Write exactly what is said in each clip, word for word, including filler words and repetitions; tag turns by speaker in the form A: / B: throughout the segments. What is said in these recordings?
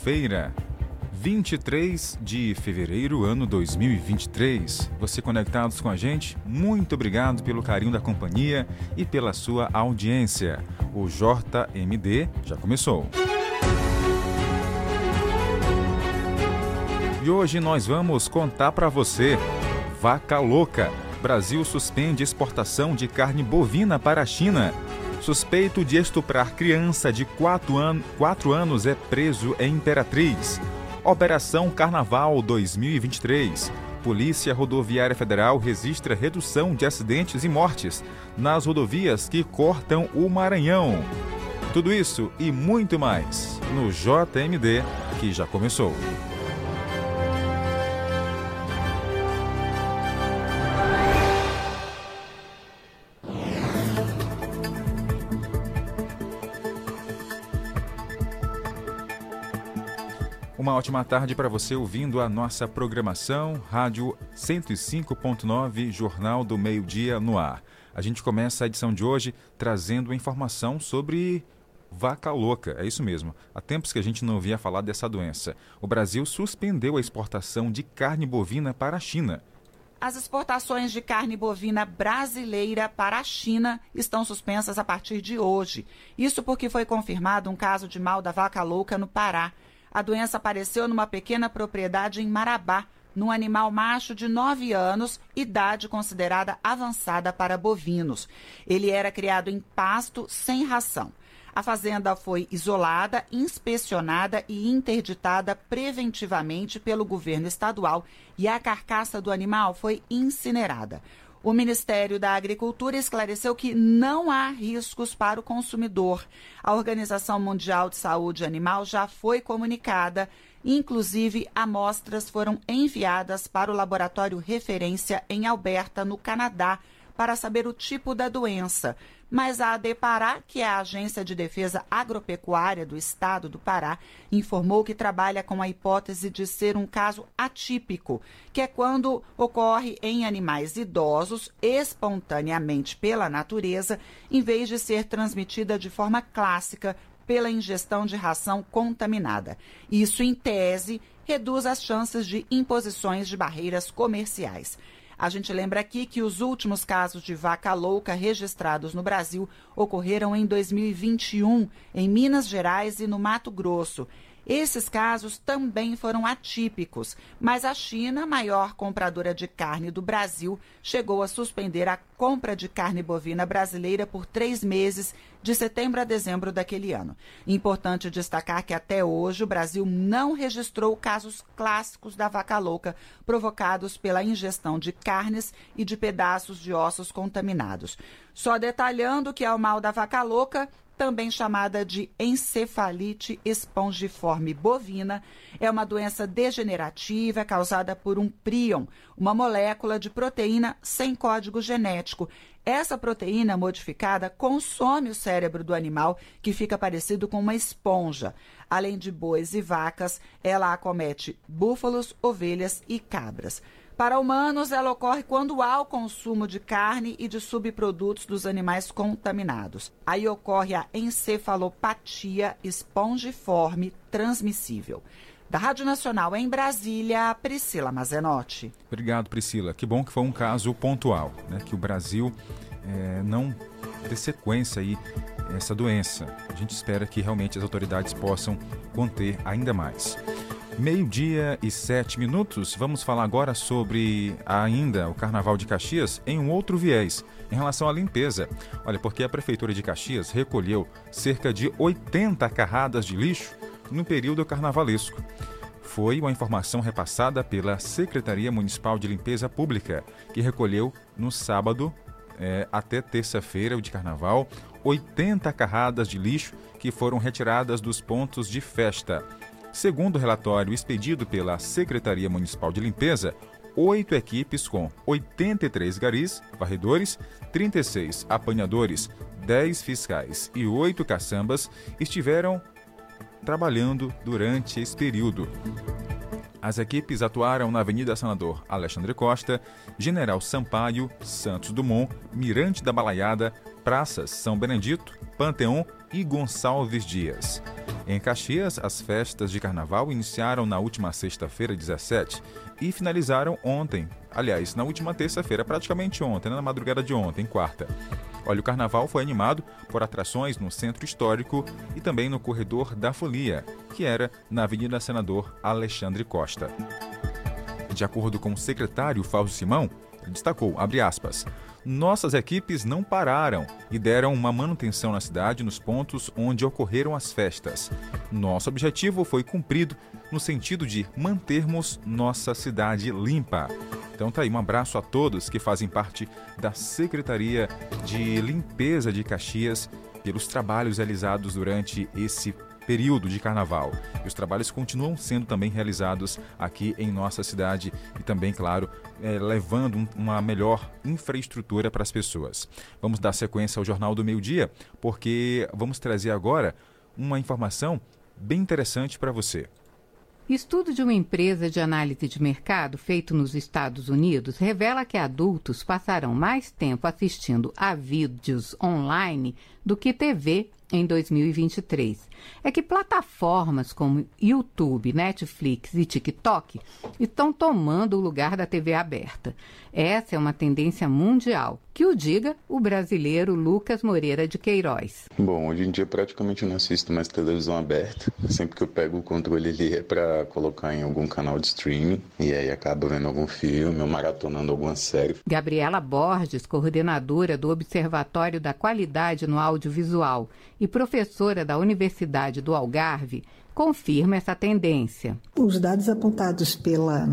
A: Feira, vinte e três de fevereiro, ano dois mil e vinte e três. Você conectados com a gente, muito obrigado pelo carinho da companhia e pela sua audiência. O J M D já começou. E hoje nós vamos contar para você: vaca louca. Brasil suspende exportação de carne bovina para a China. Suspeito de estuprar criança de quatro anos é preso em Imperatriz. Operação Carnaval dois mil e vinte e três. Polícia Rodoviária Federal registra redução de acidentes e mortes nas rodovias que cortam o Maranhão. Tudo isso e muito mais no J M D, que já começou. Uma ótima tarde para você ouvindo a nossa programação, Rádio cento e cinco ponto nove, Jornal do Meio-Dia no ar. A gente começa a edição de hoje trazendo informação sobre vaca louca, é isso mesmo. Há tempos que a gente não ouvia falar dessa doença. O Brasil suspendeu a exportação de carne bovina para a China.
B: As exportações de carne bovina brasileira para a China estão suspensas a partir de hoje. Isso porque foi confirmado um caso de mal da vaca louca no Pará. A doença apareceu numa pequena propriedade em Marabá, num animal macho de nove anos, idade considerada avançada para bovinos. Ele era criado em pasto sem ração. A fazenda foi isolada, inspecionada e interditada preventivamente pelo governo estadual e a carcaça do animal foi incinerada. O Ministério da Agricultura esclareceu que não há riscos para o consumidor. A Organização Mundial de Saúde Animal já foi comunicada. Inclusive, amostras foram enviadas para o laboratório referência em Alberta, no Canadá, para saber o tipo da doença. Mas a ADEPARÁ, que é a Agência de Defesa Agropecuária do Estado do Pará, informou que trabalha com a hipótese de ser um caso atípico, que é quando ocorre em animais idosos, espontaneamente pela natureza, em vez de ser transmitida de forma clássica pela ingestão de ração contaminada. Isso, em tese, reduz as chances de imposições de barreiras comerciais. A gente lembra aqui que os últimos casos de vaca louca registrados no Brasil ocorreram em dois mil e vinte e um, em Minas Gerais e no Mato Grosso. Esses casos também foram atípicos, mas a China, maior compradora de carne do Brasil, chegou a suspender a compra de carne bovina brasileira por três meses, de setembro a dezembro daquele ano. Importante destacar que até hoje o Brasil não registrou casos clássicos da vaca louca provocados pela ingestão de carnes e de pedaços de ossos contaminados. Só detalhando que é o mal da vaca louca, também chamada de encefalite espongiforme bovina, é uma doença degenerativa causada por um prion, uma molécula de proteína sem código genético. Essa proteína modificada consome o cérebro do animal, que fica parecido com uma esponja. Além de bois e vacas, ela acomete búfalos, ovelhas e cabras. Para humanos, ela ocorre quando há o consumo de carne e de subprodutos dos animais contaminados. Aí ocorre a encefalopatia espongiforme transmissível. Da Rádio Nacional em Brasília, Priscila Mazenotti.
A: Obrigado, Priscila. Que bom que foi um caso pontual, né? Que o Brasil é, não dê sequência aí a essa doença. A gente espera que realmente as autoridades possam conter ainda mais. Meio-dia e sete minutos, vamos falar agora sobre ainda o Carnaval de Caxias em um outro viés, em relação à limpeza. Olha, porque a Prefeitura de Caxias recolheu cerca de oitenta carradas de lixo no período carnavalesco. Foi uma informação repassada pela Secretaria Municipal de Limpeza Pública, que recolheu no sábado é, até terça-feira, o de Carnaval, oitenta carradas de lixo que foram retiradas dos pontos de festa. Segundo o relatório expedido pela Secretaria Municipal de Limpeza, oito equipes com oitenta e três garis, varredores, trinta e seis apanhadores, dez fiscais e oito caçambas estiveram trabalhando durante esse período. As equipes atuaram na Avenida Senador Alexandre Costa, General Sampaio, Santos Dumont, Mirante da Balaiada, Praças São Benedito, Panteão e Gonçalves Dias. Em Caxias, as festas de carnaval iniciaram na última sexta-feira, dezessete, e finalizaram ontem. Aliás, na última terça-feira, praticamente ontem, na madrugada de ontem, quarta. Olha, o carnaval foi animado por atrações no Centro Histórico e também no Corredor da Folia, que era na Avenida Senador Alexandre Costa. De acordo com o secretário Fausto Simão, ele destacou, abre aspas, nossas equipes não pararam e deram uma manutenção na cidade nos pontos onde ocorreram as festas. Nosso objetivo foi cumprido no sentido de mantermos nossa cidade limpa. Então tá aí, um abraço a todos que fazem parte da Secretaria de Limpeza de Caxias pelos trabalhos realizados durante esse período de carnaval. E os trabalhos continuam sendo também realizados aqui em nossa cidade e também, claro, é, levando um, uma melhor infraestrutura para as pessoas. Vamos dar sequência ao Jornal do Meio-Dia, porque vamos trazer agora uma informação bem interessante para você.
C: Estudo de uma empresa de análise de mercado feito nos Estados Unidos revela que adultos passarão mais tempo assistindo a vídeos online do que T V em dois mil e vinte e três. É que plataformas como YouTube, Netflix e TikTok estão tomando o lugar da T V aberta. Essa é uma tendência mundial. Que o diga o brasileiro Lucas Moreira de Queiroz.
D: Bom, hoje em dia praticamente eu não assisto mais televisão aberta. Sempre que eu pego o controle ali é para colocar em algum canal de streaming e aí acabo vendo algum filme ou maratonando alguma série.
C: Gabriela Borges, coordenadora do Observatório da Qualidade no Audiovisual e professora da Universidade do Algarve, confirma essa tendência.
E: Os dados apontados pela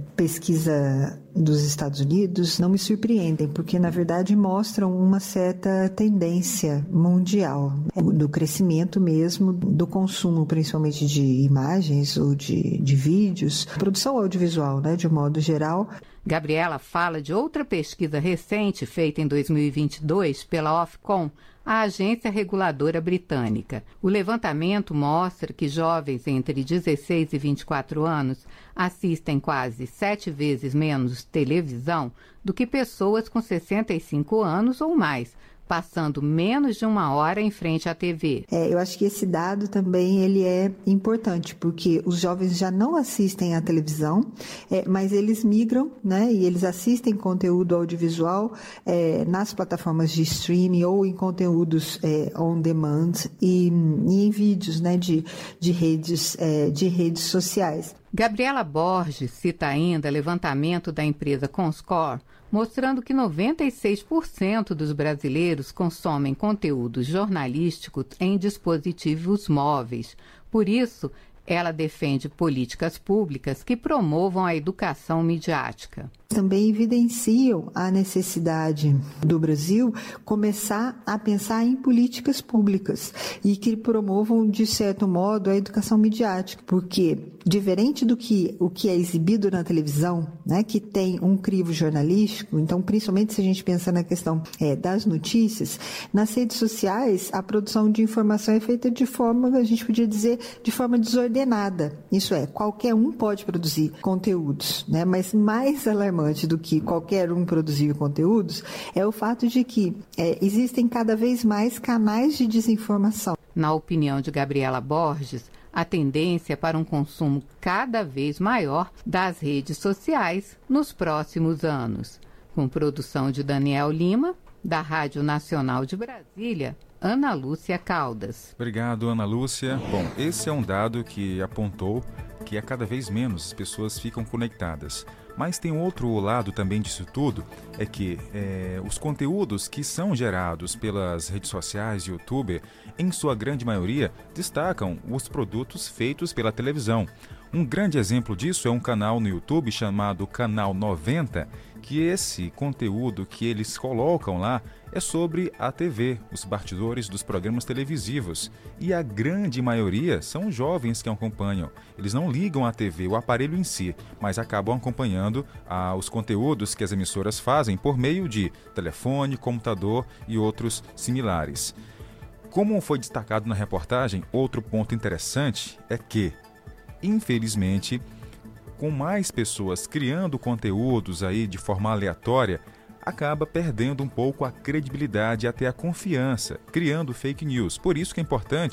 E: pesquisa dos Estados Unidos não me surpreendem, porque, na verdade, mostram uma certa tendência mundial do crescimento mesmo do consumo, principalmente de imagens ou de, de vídeos, produção audiovisual, né, de um modo geral.
C: Gabriela fala de outra pesquisa recente feita em dois mil e vinte e dois pela Ofcom, a agência reguladora britânica. O levantamento mostra que jovens entre dezesseis e vinte e quatro anos assistem quase sete vezes menos televisão do que pessoas com sessenta e cinco anos ou mais, passando menos de uma hora em frente à T V.
E: É, eu acho que esse dado também ele é importante, porque os jovens já não assistem à televisão, é, mas eles migram, né, e eles assistem conteúdo audiovisual é, nas plataformas de streaming ou em conteúdos é, on demand e, e em vídeos, né, de, de, redes, é, de redes sociais.
C: Gabriela Borges cita ainda levantamento da empresa Comscore, mostrando que noventa e seis por cento dos brasileiros consomem conteúdos jornalísticos em dispositivos móveis. Por isso, ela defende políticas públicas que promovam a educação midiática.
E: Também evidenciam a necessidade do Brasil começar a pensar em políticas públicas e que promovam, de certo modo, a educação midiática, porque, diferente do que o que é exibido na televisão, né, que tem um crivo jornalístico, então, principalmente se a gente pensa na questão é, das notícias, nas redes sociais, a produção de informação é feita de forma, a gente podia dizer, de forma desordenada. Isso é, qualquer um pode produzir conteúdos, né, mas mais alarmante do que qualquer um produzir conteúdos é o fato de que é, existem cada vez mais canais de desinformação.
C: Na opinião de Gabriela Borges, a tendência é para um consumo cada vez maior das redes sociais nos próximos anos. Com produção de Daniel Lima, da Rádio Nacional de Brasília, Ana Lúcia Caldas.
A: Obrigado, Ana Lúcia. Bom, esse é um dado que apontou que a cada vez menos as pessoas ficam conectadas. Mas tem outro lado também disso tudo, é que é, os conteúdos que são gerados pelas redes sociais e YouTube, em sua grande maioria, destacam os produtos feitos pela televisão. Um grande exemplo disso é um canal no YouTube chamado Canal noventa, que esse conteúdo que eles colocam lá é sobre a T V, os bastidores dos programas televisivos. E a grande maioria são jovens que acompanham. Eles não ligam à T V, o aparelho em si, mas acabam acompanhando ah, os conteúdos que as emissoras fazem por meio de telefone, computador e outros similares. Como foi destacado na reportagem, outro ponto interessante é que, infelizmente, com mais pessoas criando conteúdos aí de forma aleatória, acaba perdendo um pouco a credibilidade e até a confiança, criando fake news. Por isso que é importante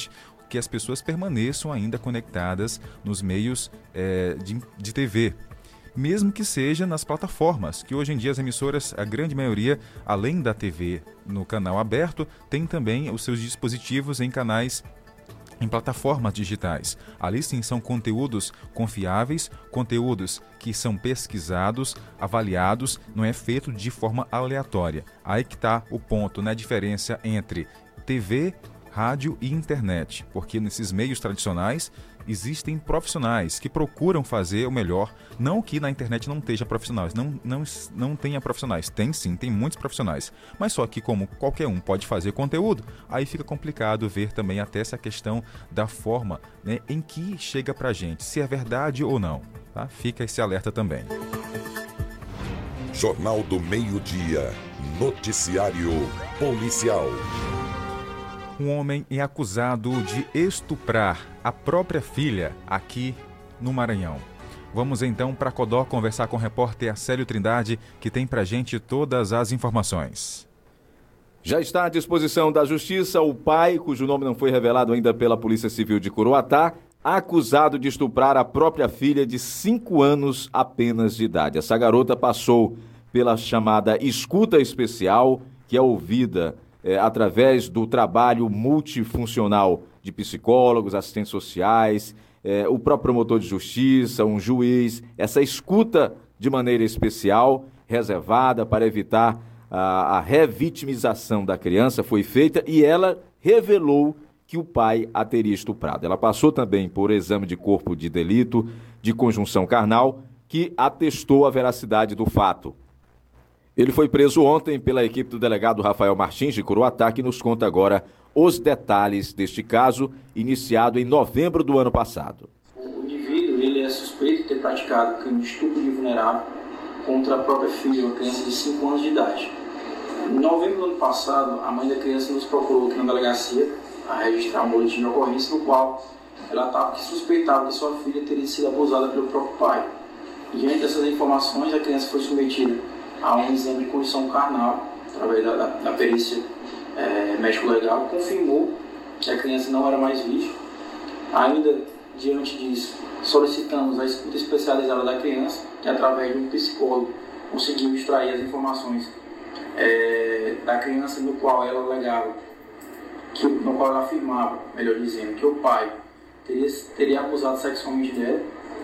A: que as pessoas permaneçam ainda conectadas nos meios é, de, de T V, mesmo que seja nas plataformas, que hoje em dia as emissoras, a grande maioria, além da T V no canal aberto, tem também os seus dispositivos em canais em plataformas digitais. Ali sim são conteúdos confiáveis, conteúdos que são pesquisados, avaliados, não é feito de forma aleatória. Aí que está o ponto, né? A diferença entre T V, rádio e internet, porque nesses meios tradicionais existem profissionais que procuram fazer o melhor, não que na internet não esteja profissionais, não, não, não tenha profissionais, tem sim, tem muitos profissionais, mas só que como qualquer um pode fazer conteúdo, aí fica complicado ver também até essa questão da forma, né, em que chega pra gente, se é verdade ou não, tá? Fica esse alerta também.
F: Jornal do Meio-Dia, noticiário policial.
A: Um homem é acusado de estuprar a própria filha aqui no Maranhão. Vamos então para Codó conversar com o repórter Acélio Trindade, que tem pra gente todas as informações.
G: Já está à disposição da Justiça o pai, cujo nome não foi revelado ainda pela Polícia Civil de Coroatá, acusado de estuprar a própria filha de cinco anos apenas de idade. Essa garota passou pela chamada escuta especial, que é ouvida É, através do trabalho multifuncional de psicólogos, assistentes sociais, é, o próprio promotor de justiça, um juiz, essa escuta de maneira especial, reservada para evitar a, a revitimização da criança foi feita e ela revelou que o pai a teria estuprado. Ela passou também por exame de corpo de delito, de conjunção carnal, que atestou a veracidade do fato. Ele foi preso ontem pela equipe do delegado Rafael Martins de Coroatá, que nos conta agora os detalhes deste caso, iniciado em novembro do ano passado.
H: O indivíduo ele é suspeito de ter praticado crime de estupro de vulnerável contra a própria filha, uma criança de cinco anos de idade. Em novembro do ano passado, a mãe da criança nos procurou aqui na delegacia a registrar um boletim de ocorrência no qual ela estava que suspeitava que sua filha teria sido abusada pelo próprio pai. E, diante dessas informações, a criança foi submetida a um exame de condição carnal, através da, da, da perícia é, médico-legal, confirmou que a criança não era mais virgem. Ainda diante disso, solicitamos a escuta especializada da criança, que através de um psicólogo conseguiu extrair as informações é, da criança, no qual ela alegava, que, no qual ela afirmava, melhor dizendo, que o pai teria, teria abusado sexualmente dela.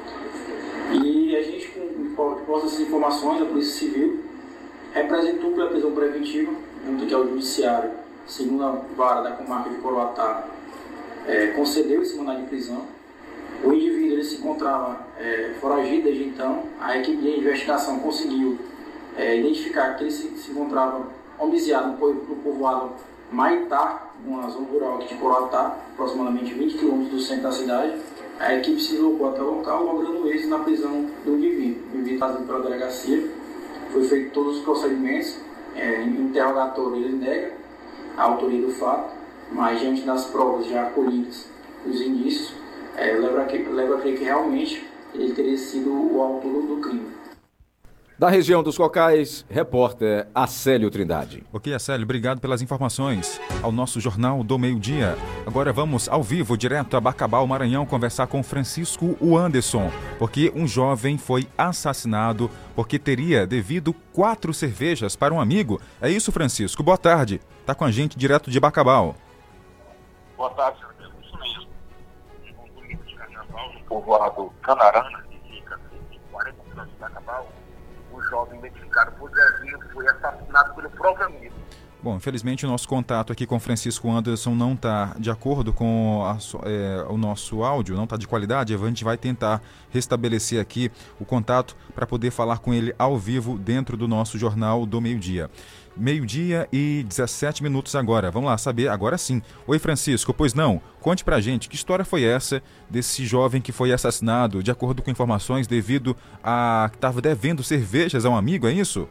H: E a gente, com todas essas informações, a Polícia Civil representou pela prisão preventiva, junto que ao Judiciário, segundo a vara da comarca de Coroatá, é, concedeu esse mandado de prisão. O indivíduo ele se encontrava é, foragido desde então. A equipe de investigação conseguiu é, identificar que ele se, se encontrava homicidiado no, no povoado Maitá, numa zona rural aqui de Coroatá, aproximadamente vinte quilômetros do centro da cidade. A equipe se deslocou até o local, logrando êxito na prisão do indivíduo. O indivíduo trazido pela delegacia, foi feito todos os procedimentos, é, em interrogatório ele nega a autoria do fato, mas diante das provas já colhidas, os indícios, é, leva, a, leva a crer que realmente ele teria sido o autor do crime.
G: Da região dos Cocais, repórter Acélio Trindade.
A: Ok, Acélio, obrigado pelas informações ao nosso Jornal do Meio-Dia. Agora vamos ao vivo, direto a Bacabal, Maranhão, conversar com Francisco Anderson, porque um jovem foi assassinado porque teria devido quatro cervejas para um amigo. É isso, Francisco? Boa tarde. Está com a gente direto de Bacabal.
I: Boa tarde, senhor. Isso mesmo. Um domingo de carnaval no povoado Canarana, que fica a quarenta quilômetros de Bacabal. O jovem identificado por Zezinho foi assassinado pelo próprio amigo.
A: Bom, infelizmente o nosso contato aqui com Francisco Anderson não está de acordo com a, é, o nosso áudio, não está de qualidade. A gente vai tentar restabelecer aqui o contato para poder falar com ele ao vivo dentro do nosso Jornal do Meio-Dia. Meio-dia e dezessete minutos agora. Vamos lá saber, agora sim. Oi, Francisco, pois não? Conte pra gente, que história foi essa desse jovem que foi assassinado, de acordo com informações, devido a que estava devendo cervejas a um amigo, é isso?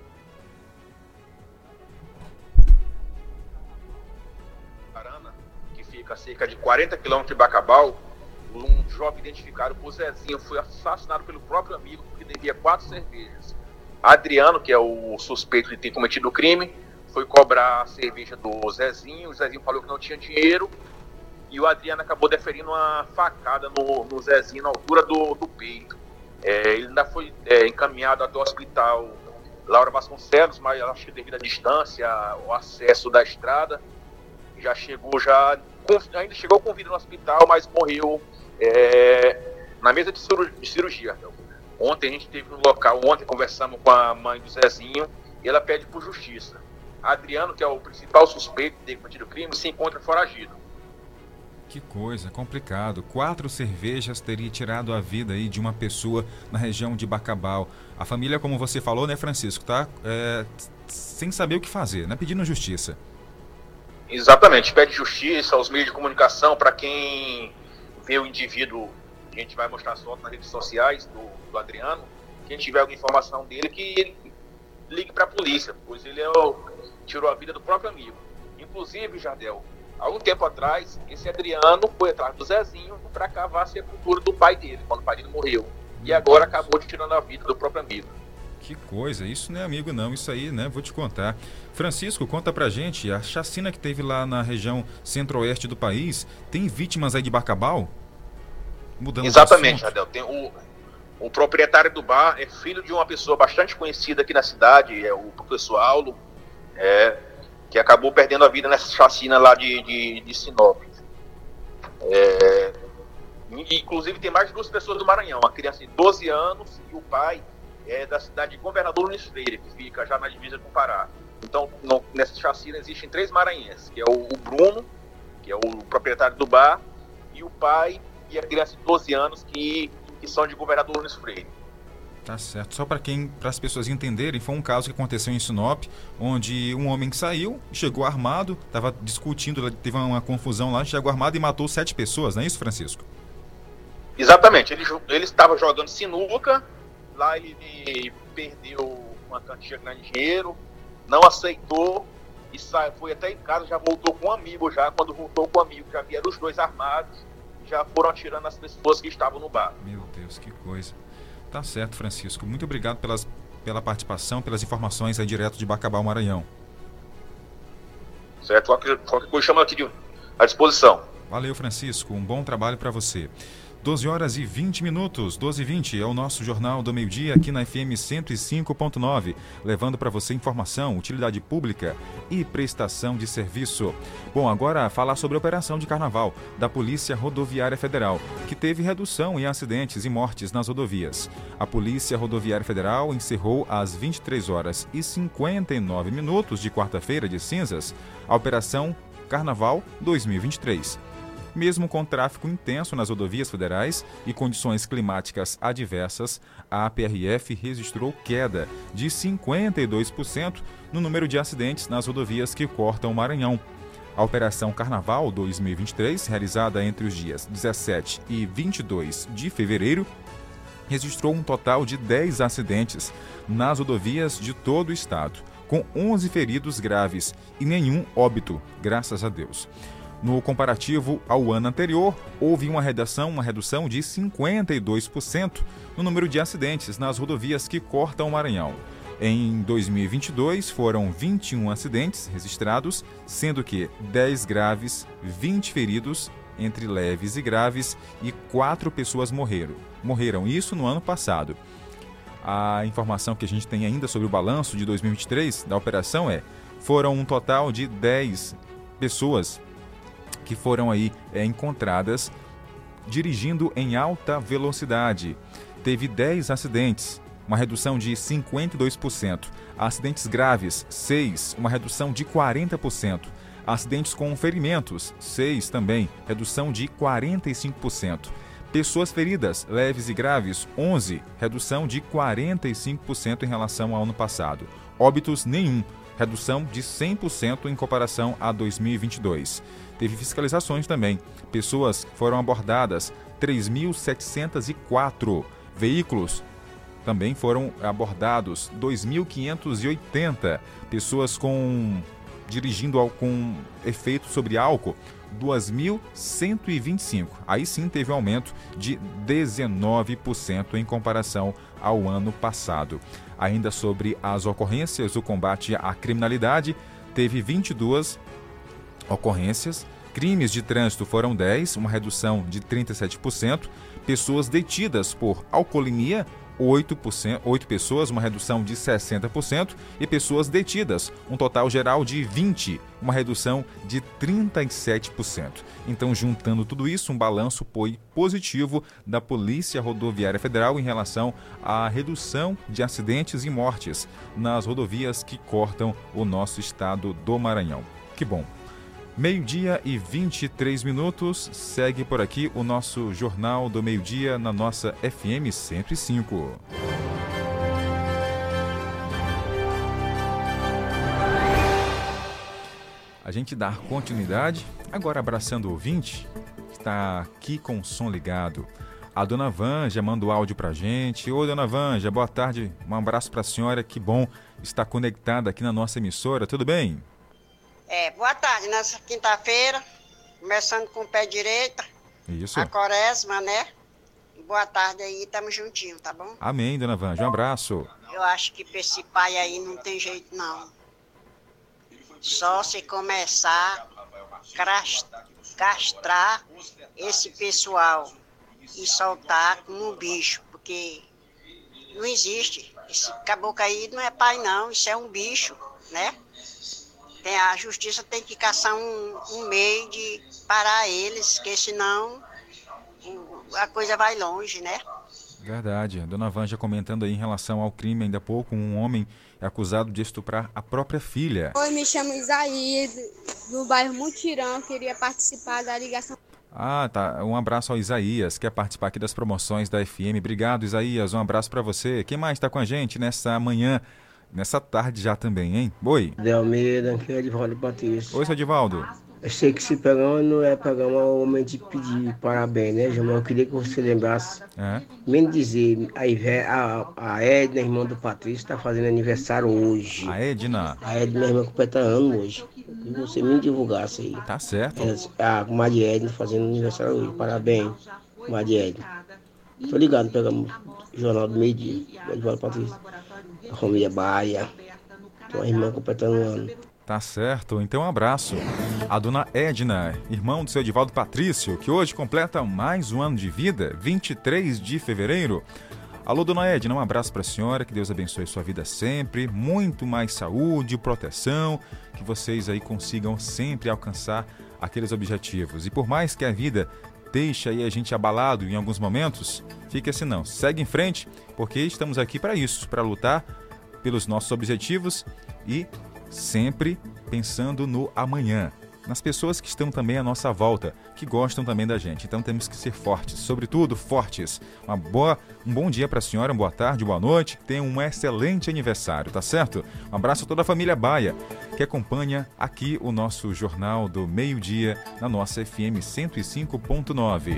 I: Que fica a cerca de quarenta quilômetros de Bacabal, um jovem identificado por Zezinho foi assassinado pelo próprio amigo porque devia quatro cervejas. Adriano, que é o suspeito de ter cometido o crime, foi cobrar a cerveja do Zezinho. O Zezinho falou que não tinha dinheiro e o Adriano acabou deferindo uma facada no, no Zezinho na altura do, do peito. É, ele ainda foi é, encaminhado até o hospital Laura Vasconcelos, mas acho que devido à distância, o acesso da estrada, já chegou, já ainda chegou com vida no hospital, mas morreu é, na mesa de cirurgia. Ontem a gente esteve no local, ontem conversamos com a mãe do Zezinho e ela pede por justiça. Adriano, que é o principal suspeito de ter cometido o crime, se encontra foragido.
A: Que coisa, complicado. Quatro cervejas teria tirado a vida aí de uma pessoa na região de Bacabal. A família, como você falou, né, Francisco, tá é, sem saber o que fazer, né, pedindo justiça.
I: Exatamente, pede justiça aos meios de comunicação, para quem vê o indivíduo, a gente vai mostrar as fotos nas redes sociais do, do Adriano, quem tiver alguma informação dele, que ligue para a polícia, pois ele é o, tirou a vida do próprio amigo. Inclusive, Jardel, há um tempo atrás, esse Adriano foi atrás do Zezinho para cavar a sepultura do pai dele, quando o pai dele morreu. E agora acabou tirando a vida do próprio amigo.
A: Que coisa, isso não é amigo não, isso aí, né, vou te contar. Francisco, conta pra gente, a chacina que teve lá na região centro-oeste do país, tem vítimas aí de Bacabal? Mudando
I: Exatamente, Jardel, tem o, o proprietário do bar é filho de uma pessoa bastante conhecida aqui na cidade, é o professor Aulo, é... que acabou perdendo a vida nessa chacina lá de, de, de Sinop. É, inclusive tem mais de duas pessoas do Maranhão, uma criança de doze anos e o pai é da cidade de Governador Nunes Freire, que fica já na divisa com o Pará. Então, no, nessa chacina existem três maranhenses, que é o, o Bruno, que é o proprietário do bar, e o pai e a criança de doze anos, que, que são de Governador Nunes Freire.
A: Tá certo. Só para quem, para as pessoas entenderem, foi um caso que aconteceu em Sinop, onde um homem saiu, chegou armado, estava discutindo, teve uma confusão lá, chegou armado e matou sete pessoas, não é isso, Francisco?
I: Exatamente. Ele, ele estava jogando sinuca, lá ele, ele perdeu uma quantia grande de dinheiro, não aceitou e sa, foi até em casa, já voltou com um amigo já, quando voltou com um amigo, já vieram os dois armados, já foram atirando as pessoas que estavam no bar.
A: Meu Deus, que coisa. Tá certo, Francisco. Muito obrigado pelas, pela participação, pelas informações aí direto de Bacabal, Maranhão.
I: Certo, qualquer, qualquer coisa chama aqui de, à disposição.
A: Valeu, Francisco. Um bom trabalho para você. doze horas e vinte minutos, doze e vinte é o nosso Jornal do Meio-Dia aqui na F M cento e cinco ponto nove, levando para você informação, utilidade pública e prestação de serviço. Bom, agora falar sobre a operação de carnaval da Polícia Rodoviária Federal, que teve redução em acidentes e mortes nas rodovias. A Polícia Rodoviária Federal encerrou às vinte e três horas e cinquenta e nove minutos de quarta-feira de cinzas a Operação Carnaval dois mil e vinte e três. Mesmo com tráfego intenso nas rodovias federais e condições climáticas adversas, a P R F registrou queda de cinquenta e dois por cento no número de acidentes nas rodovias que cortam o Maranhão. A Operação Carnaval dois mil e vinte e três, realizada entre os dias dezessete e vinte e dois de fevereiro, registrou um total de dez acidentes nas rodovias de todo o estado, com onze feridos graves e nenhum óbito, graças a Deus. No comparativo ao ano anterior, houve uma redução, uma redução de cinquenta e dois por cento no número de acidentes nas rodovias que cortam o Maranhão. Em dois mil e vinte e dois, foram vinte e um acidentes registrados, sendo que dez graves, vinte feridos, entre leves e graves, e quatro pessoas morreram. Morreram, isso no ano passado. A informação que a gente tem ainda sobre o balanço de dois mil e vinte e três da operação é: foram um total de dez pessoas que foram aí é, encontradas dirigindo em alta velocidade. Teve dez acidentes, uma redução de cinquenta e dois por cento. Acidentes graves, seis, uma redução de quarenta por cento. Acidentes com ferimentos, seis também, redução de quarenta e cinco por cento. Pessoas feridas, leves e graves, onze, redução de quarenta e cinco por cento em relação ao ano passado. Óbitos, nenhum, redução de cem por cento em comparação a dois mil e vinte e dois. Teve fiscalizações também. Pessoas foram abordadas, três mil setecentos e quatro. Veículos também foram abordados, dois mil quinhentos e oitenta. Pessoas com dirigindo com efeito sobre álcool, dois mil cento e vinte e cinco. Aí sim teve um aumento de dezenove por cento em comparação ao ano passado. Ainda sobre as ocorrências, o combate à criminalidade teve vinte e duas ocorrências, Crimes de trânsito foram dez, uma redução de trinta e sete por cento. Pessoas detidas por alcoolemia, oito por cento, oito pessoas, uma redução de sessenta por cento. E pessoas detidas, um total geral de vinte, uma redução de trinta e sete por cento. Então, juntando tudo isso, um balanço foi positivo da Polícia Rodoviária Federal em relação à redução de acidentes e mortes nas rodovias que cortam o nosso estado do Maranhão. Que bom! Meio-dia e vinte e três minutos, segue por aqui o nosso Jornal do Meio-Dia na nossa F M cento e cinco. A gente dá continuidade, agora abraçando o ouvinte, que está aqui com o som ligado. A dona Vanja manda o áudio pra gente. Oi, dona Vanja, boa tarde, um abraço pra senhora, que bom estar conectada aqui na nossa emissora, tudo bem?
J: É, boa tarde, nessa quinta-feira, começando com o pé direito.
A: Isso.
J: A quaresma, né? Boa tarde aí, tamo juntinho, tá bom?
A: Amém, dona Vanja, um abraço.
J: Eu acho que pra esse pai aí não tem jeito, não. Só se começar a castrar esse pessoal e soltar como um bicho, porque não existe. Esse caboclo aí não é pai, não, isso é um bicho, né? Tem, a justiça tem que caçar um, um meio de parar eles, porque senão a coisa vai longe, né?
A: Verdade. A dona Vanja comentando aí em relação ao crime, ainda há pouco, um homem é acusado de estuprar a própria filha.
K: Oi, me chamo Isaías, do bairro Mutirão, queria participar da ligação.
A: Ah, tá. Um abraço ao Isaías, quer participar aqui das promoções da F M. Obrigado, Isaías. Um abraço para você. Quem mais está com a gente nessa manhã? Nessa tarde já também, hein? Oi.
L: Delmeida, aqui é Edivaldo Batista.
A: Oi, seu Edivaldo.
L: Eu sei que esse programa não é programa ao momento de pedir parabéns, né, João? Eu queria que você lembrasse,
A: é.
L: me dizer, a, a, a Edna, irmã do Patrício, está fazendo aniversário hoje.
A: A Edna?
L: A Edna, minha irmã, completa ano hoje. Que você me divulgasse aí.
A: Tá certo.
L: A comadre Edna fazendo aniversário hoje. Parabéns, comadre Edna. Tô ligado no programa Jornal do Meio Dia. Edivaldo Patrício. A família Baia. Tem uma irmã completando um ano.
A: Tá certo, então um abraço. A dona Edna, irmão do seu Edivaldo Patrício, que hoje completa mais um ano de vida, vinte e três de fevereiro. Alô, dona Edna, um abraço para a senhora, que Deus abençoe sua vida sempre, muito mais saúde, proteção, que vocês aí consigam sempre alcançar aqueles objetivos. E por mais que a vida deixe aí a gente abalado em alguns momentos, fique assim não, segue em frente, porque estamos aqui para isso, para lutar pelos nossos objetivos e sempre pensando no amanhã, nas pessoas que estão também à nossa volta, que gostam também da gente. Então temos que ser fortes, sobretudo fortes. Uma boa, um bom dia para a senhora, uma boa tarde, boa noite, tenha um excelente aniversário, tá certo? Um abraço a toda a família Baia, que acompanha aqui o nosso Jornal do Meio-Dia, na nossa F M cento e cinco ponto nove.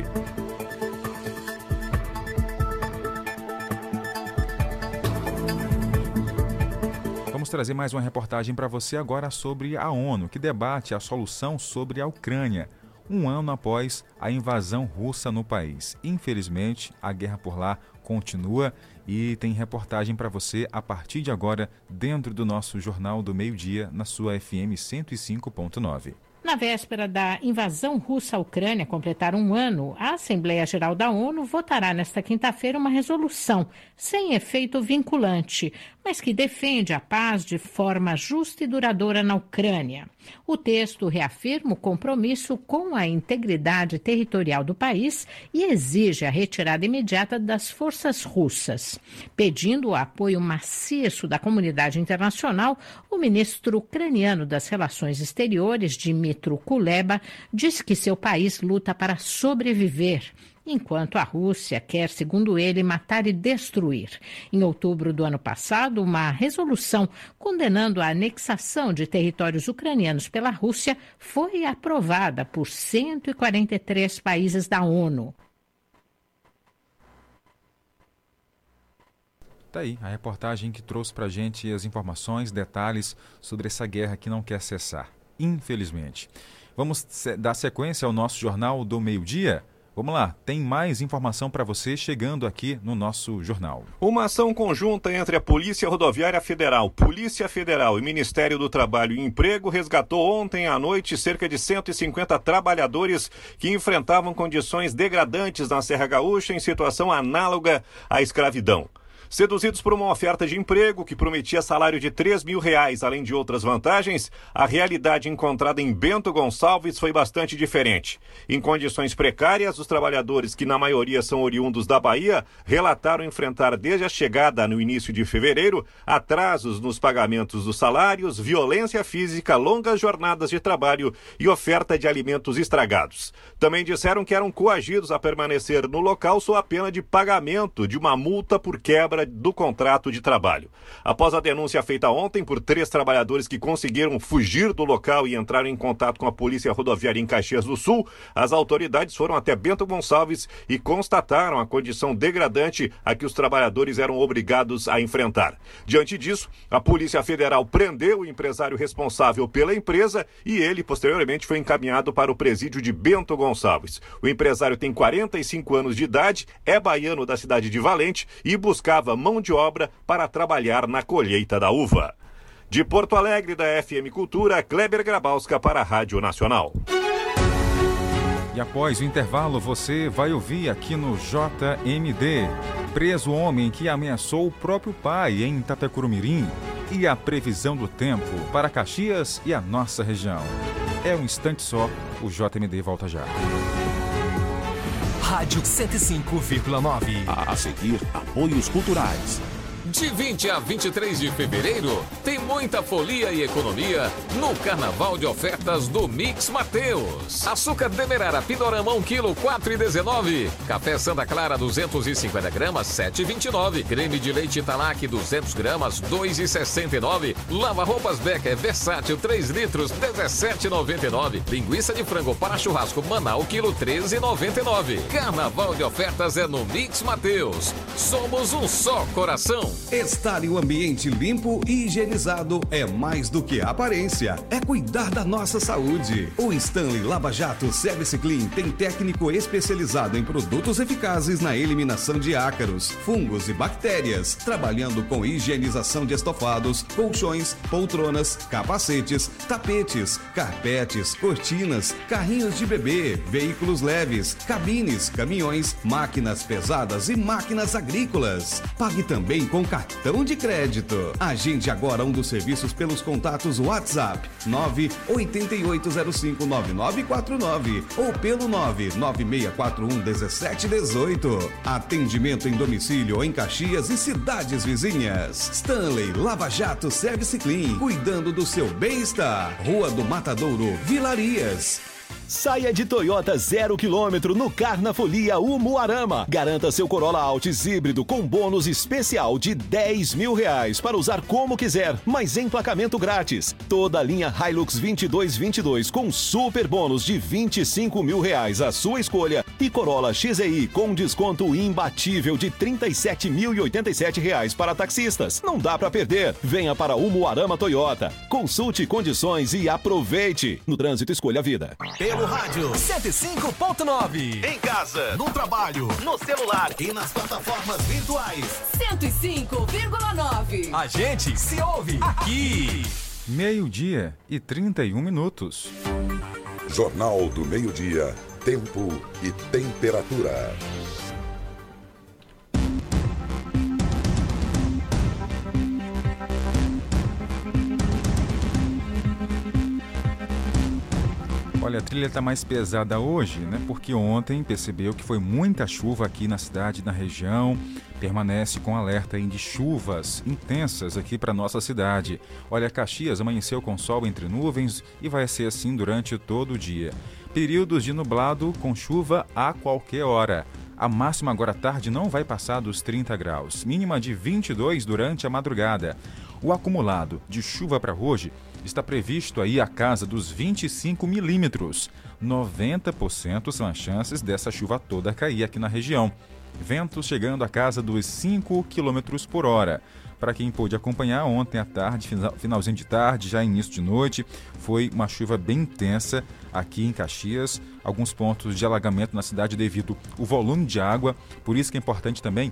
A: Vamos trazer mais uma reportagem para você agora sobre a ONU, que debate a solução sobre a Ucrânia, um ano após a invasão russa no país. Infelizmente, a guerra por lá continua e tem reportagem para você a partir de agora dentro do nosso Jornal do Meio-Dia na sua F M cento e cinco ponto nove.
M: Na véspera da invasão russa à Ucrânia completar um ano, a Assembleia Geral da ONU votará nesta quinta-feira uma resolução sem efeito vinculante, mas que defende a paz de forma justa e duradoura na Ucrânia. O texto reafirma o compromisso com a integridade territorial do país e exige a retirada imediata das forças russas. Pedindo o apoio maciço da comunidade internacional, o ministro ucraniano das Relações Exteriores, Dmytro Kuleba, disse que seu país luta para sobreviver, enquanto a Rússia quer, segundo ele, matar e destruir. Em outubro do ano passado, uma resolução condenando a anexação de territórios ucranianos pela Rússia foi aprovada por cento e quarenta e três países da ONU.
A: Tá aí a reportagem que trouxe para a gente as informações, detalhes sobre essa guerra que não quer cessar, infelizmente. Vamos dar sequência ao nosso Jornal do Meio-Dia? Vamos lá, tem mais informação para você chegando aqui no nosso jornal.
N: Uma ação conjunta entre a Polícia Rodoviária Federal, Polícia Federal e Ministério do Trabalho e Emprego resgatou ontem à noite cerca de cento e cinquenta trabalhadores que enfrentavam condições degradantes na Serra Gaúcha em situação análoga à escravidão. Seduzidos por uma oferta de emprego que prometia salário de três mil reais, além de outras vantagens, a realidade encontrada em Bento Gonçalves foi bastante diferente. Em condições precárias, os trabalhadores, que na maioria são oriundos da Bahia, relataram enfrentar desde a chegada no início de fevereiro atrasos nos pagamentos dos salários, violência física, longas jornadas de trabalho e oferta de alimentos estragados. Também disseram que eram coagidos a permanecer no local sob a pena de pagamento de uma multa por quebra do contrato de trabalho. Após a denúncia feita ontem por três trabalhadores que conseguiram fugir do local e entraram em contato com a Polícia Rodoviária em Caxias do Sul, as autoridades foram até Bento Gonçalves e constataram a condição degradante a que os trabalhadores eram obrigados a enfrentar. Diante disso, a Polícia Federal prendeu o empresário responsável pela empresa e ele, posteriormente, foi encaminhado para o presídio de Bento Gonçalves. O empresário tem quarenta e cinco anos de idade, é baiano da cidade de Valente e buscava mão de obra para trabalhar na colheita da uva. De Porto Alegre, da F M Cultura, Kleber Grabowska para a Rádio Nacional.
A: E após o intervalo, você vai ouvir aqui no J M D. Preso homem que ameaçou o próprio pai em Itapecuru-Mirim. E a previsão do tempo para Caxias e a nossa região. É um instante só, o J M D volta já.
O: Rádio cento e cinco vírgula nove.
P: A seguir, apoios culturais.
Q: De vinte a vinte e três de fevereiro, tem muita folia e economia no Carnaval de Ofertas do Mix Mateus. Açúcar Demerara Pindorama um quilo, quatro reais e dezenove centavos. Café Santa Clara duzentos e cinquenta gramas, sete reais e vinte e nove centavos. Creme de leite Italac duzentos gramas, dois reais e sessenta e nove centavos. Lava roupas Becker Versátil três litros, dezessete reais e noventa e nove centavos. Linguiça de frango para churrasco Manaus, quilo treze reais e noventa e nove centavos. Carnaval de Ofertas é no Mix Mateus. Somos um só coração.
R: Estar em um ambiente limpo e higienizado é mais do que aparência, é cuidar da nossa saúde. O Stanley Lava Jato Service Clean tem técnico especializado em produtos eficazes na eliminação de ácaros, fungos e bactérias, trabalhando com higienização de estofados, colchões, poltronas, capacetes, tapetes, carpetes, cortinas, carrinhos de bebê, veículos leves, cabines, caminhões, máquinas pesadas e máquinas agrícolas. Pague também com cartão de crédito. Agende agora um dos serviços pelos contatos WhatsApp nove oito oito zero cinco nove nove quatro nove ou pelo nove nove seis quatro um um sete um oito. Atendimento em domicílio em Caxias e cidades vizinhas. Stanley Lava Jato Service Clean, cuidando do seu bem-estar. Rua do Matadouro, Vilarias.
O: Saia de Toyota zero quilômetro no Carnafolia Umuarama. Garanta seu Corolla Altis híbrido com bônus especial de dez mil reais para usar como quiser, mas emplacamento grátis. Toda a linha Hilux vinte e dois vinte e dois com super bônus de vinte e cinco mil reais à sua escolha e Corolla X E I com desconto imbatível de trinta e sete mil e oitenta e sete reais para taxistas. Não dá para perder. Venha para Umuarama Toyota. Consulte condições e aproveite. No trânsito, escolha a vida. Pelo rádio cento e cinco ponto nove. Em casa, no trabalho, no celular e nas plataformas virtuais.
S: cento e cinco vírgula nove.
O: A gente se ouve aqui.
A: Meio-dia e trinta e um minutos.
F: Jornal do Meio-Dia. Tempo e temperatura.
A: Olha, a trilha está mais pesada hoje, né? Porque ontem percebeu que foi muita chuva aqui na cidade, na região. Permanece com alerta de chuvas intensas aqui para nossa cidade. Olha, Caxias amanheceu com sol entre nuvens e vai ser assim durante todo o dia. Períodos de nublado com chuva a qualquer hora. A máxima agora à tarde não vai passar dos trinta graus, mínima de vinte e dois durante a madrugada. O acumulado de chuva para hoje está previsto aí a casa dos vinte e cinco milímetros. noventa por cento são as chances dessa chuva toda cair aqui na região. Ventos chegando à casa dos cinco quilômetros por hora. para quem pôde acompanhar ontem à tarde, finalzinho de tarde, já início de noite, foi uma chuva bem intensa aqui em Caxias, alguns pontos de alagamento na cidade devido ao volume de água, por isso que é importante também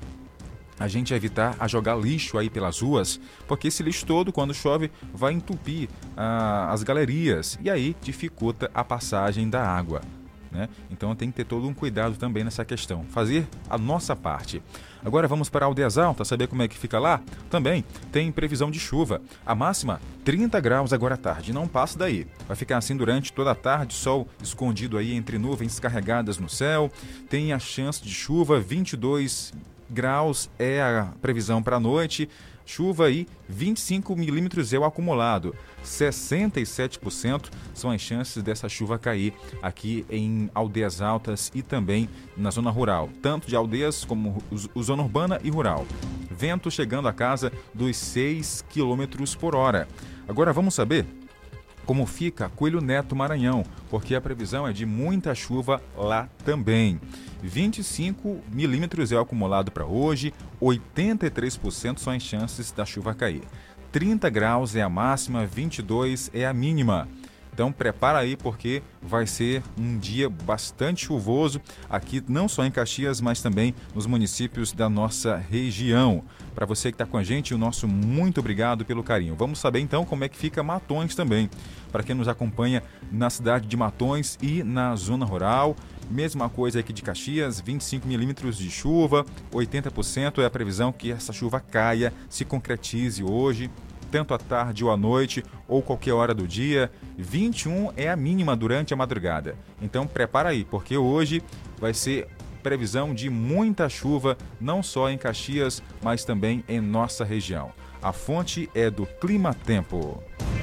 A: a gente evitar a jogar lixo aí pelas ruas, porque esse lixo todo, quando chove, vai entupir ah, as galerias e aí dificulta a passagem da água, né? Então tem que ter todo um cuidado também nessa questão, fazer a nossa parte. Agora vamos para Aldeias Altas, saber como é que fica lá? Também tem previsão de chuva. A máxima, trinta graus agora à tarde, não passa daí. Vai ficar assim durante toda a tarde, sol escondido aí entre nuvens carregadas no céu. Tem a chance de chuva, vinte e dois graus é a previsão para a noite. Chuva aí, vinte e cinco milímetros é o acumulado. sessenta e sete por cento são as chances dessa chuva cair aqui em Aldeias Altas e também na zona rural, tanto de aldeias como o zona urbana e rural. Vento chegando a casa dos seis quilômetros por hora. Agora vamos saber como fica Coelho Neto, Maranhão, porque a previsão é de muita chuva lá também. vinte e cinco milímetros é o acumulado para hoje, oitenta e três por cento são as chances da chuva cair. trinta graus é a máxima, vinte e dois é a mínima. Então prepara aí porque vai ser um dia bastante chuvoso aqui, não só em Caxias, mas também nos municípios da nossa região. Para você que está com a gente, o nosso muito obrigado pelo carinho. Vamos saber então como é que fica Matões também. Para quem nos acompanha na cidade de Matões e na zona rural, mesma coisa aqui de Caxias, vinte e cinco milímetros de chuva, oitenta por cento é a previsão que essa chuva caia, se concretize hoje, tanto à tarde ou à noite, ou qualquer hora do dia. vinte e um é a mínima durante a madrugada. Então prepara aí, porque hoje vai ser previsão de muita chuva, não só em Caxias, mas também em nossa região. A fonte é do Clima Tempo.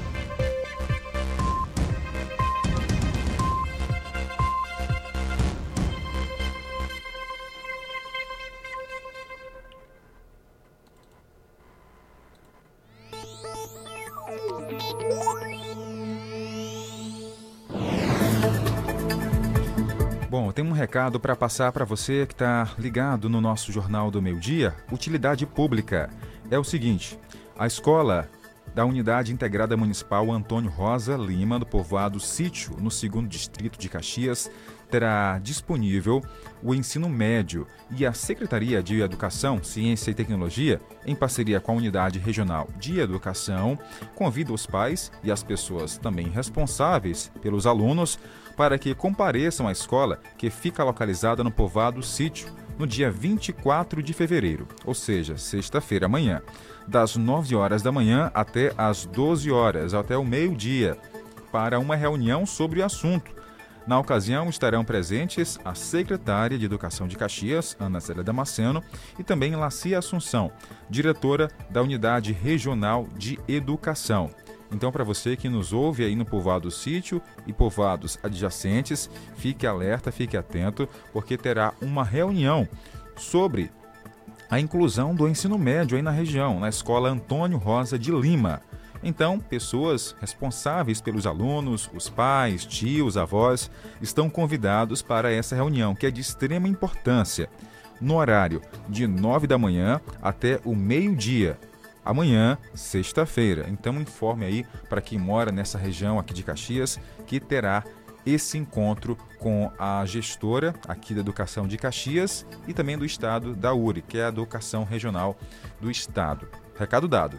A: Bom, tem um recado para passar para você que está ligado no nosso Jornal do Meio-Dia, Utilidade Pública. É o seguinte, a escola da Unidade Integrada Municipal Antônio Rosa Lima, do povoado Sítio, no segundo Distrito de Caxias, terá disponível o ensino médio e a Secretaria de Educação, Ciência e Tecnologia, em parceria com a Unidade Regional de Educação, convida os pais e as pessoas também responsáveis pelos alunos para que compareçam à escola que fica localizada no povoado Sítio, no dia vinte e quatro de fevereiro, ou seja, sexta-feira amanhã, das nove horas da manhã até as doze horas, até o meio-dia, para uma reunião sobre o assunto. Na ocasião estarão presentes a secretária de Educação de Caxias, Ana Célia Damasceno, e também Laci Assunção, diretora da Unidade Regional de Educação. Então, para você que nos ouve aí no povoado Sítio e povoados adjacentes, fique alerta, fique atento, porque terá uma reunião sobre a inclusão do ensino médio aí na região, na Escola Antônio Rosa de Lima. Então, pessoas responsáveis pelos alunos, os pais, tios, avós, estão convidados para essa reunião, que é de extrema importância, no horário de nove da manhã até o meio-dia. Amanhã, sexta-feira. Então informe aí para quem mora nessa região aqui de Caxias que terá esse encontro com a gestora aqui da Educação de Caxias e também do estado da U R I, que é a Educação Regional do Estado. Recado dado.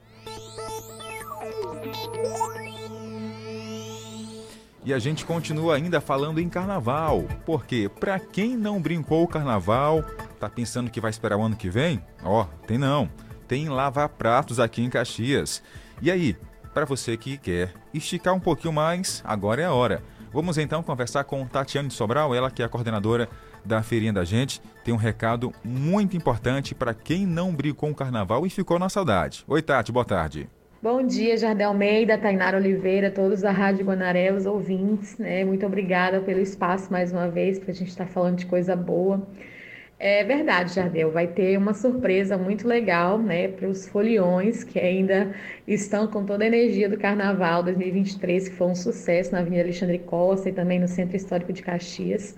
A: E a gente continua ainda falando em carnaval, porque para quem não brincou o carnaval, tá pensando que vai esperar o ano que vem? Ó, tem não. Tem lava-pratos aqui em Caxias. E aí, para você que quer esticar um pouquinho mais, agora é a hora. Vamos então conversar com Tatiane Sobral, ela que é a coordenadora da feirinha da gente. Tem um recado muito importante para quem não brincou o carnaval e ficou na saudade. Oi, Tati, boa tarde.
T: Bom dia, Jardel Almeida, Tainara Oliveira, todos da Rádio Guanaré, os ouvintes, né? Muito obrigada pelo espaço mais uma vez, para a gente estar falando de coisa boa. É verdade, Jardel, vai ter uma surpresa muito legal, né, para os foliões que ainda estão com toda a energia do Carnaval dois mil e vinte e três, que foi um sucesso na Avenida Alexandre Costa e também no Centro Histórico de Caxias.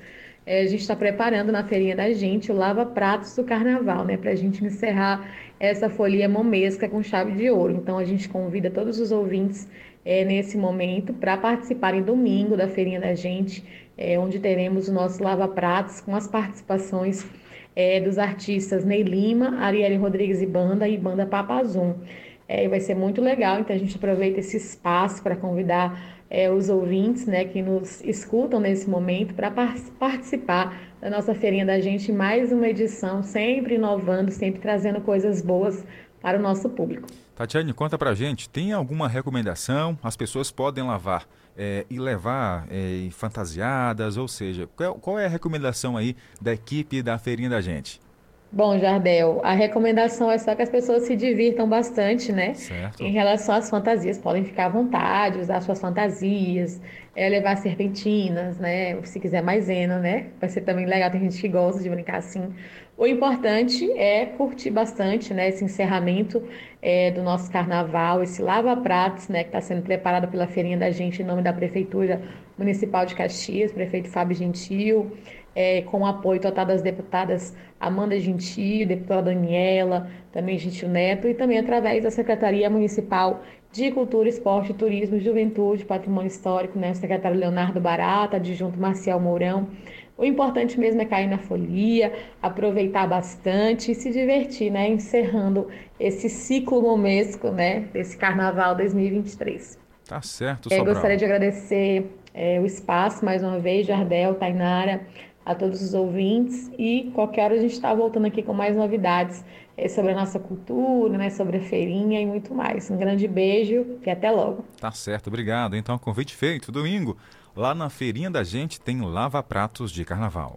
T: é, a gente está preparando na feirinha da gente o Lava Pratos do Carnaval, né? Para a gente encerrar essa folia momesca com chave de ouro. Então a gente convida todos os ouvintes é, nesse momento para participarem domingo da feirinha da gente, é, onde teremos o nosso Lava Pratos com as participações é, dos artistas Ney Lima, Arielle Rodrigues e Banda e Banda Papazum. É, vai ser muito legal, então a gente aproveita esse espaço para convidar é, os ouvintes, né, que nos escutam nesse momento para par- participar da nossa feirinha da gente, mais uma edição, sempre inovando, sempre trazendo coisas boas para o nosso público.
A: Tatiane, conta pra gente, tem alguma recomendação? As pessoas podem lavar é, e levar é, fantasiadas, ou seja, qual, qual é a recomendação aí da equipe da feirinha da gente?
T: Bom, Jardel, a recomendação é só que as pessoas se divirtam bastante, né?
A: Certo.
T: Em relação às fantasias, podem ficar à vontade, usar suas fantasias, é, levar serpentinas, né? Se quiser maisena, né? Vai ser também legal, tem gente que gosta de brincar assim. O importante é curtir bastante, né? Esse encerramento é, do nosso carnaval, esse lava-pratos, né? Que está sendo preparado pela feirinha da gente em nome da Prefeitura Municipal de Caxias, prefeito Fábio Gentil, É, com o apoio total das deputadas Amanda Gentil, deputada Daniela, também Gentil Neto, e também através da Secretaria Municipal de Cultura, Esporte, Turismo, Juventude, Patrimônio Histórico, né? O secretário Leonardo Barata, adjunto Marcial Mourão. O importante mesmo é cair na folia, aproveitar bastante e se divertir, né? Encerrando esse ciclo momesco, né? Desse Carnaval dois mil e vinte e três.
A: Tá certo,
T: é,
A: Sobral.
T: Gostaria de agradecer é, o espaço mais uma vez, Jardel, Tainara, a todos os ouvintes, e qualquer hora a gente está voltando aqui com mais novidades é, sobre a nossa cultura, né, sobre a feirinha e muito mais. Um grande beijo e até logo.
A: Tá certo, obrigado. Então, convite feito. Domingo, lá na feirinha da gente tem lava-pratos de carnaval.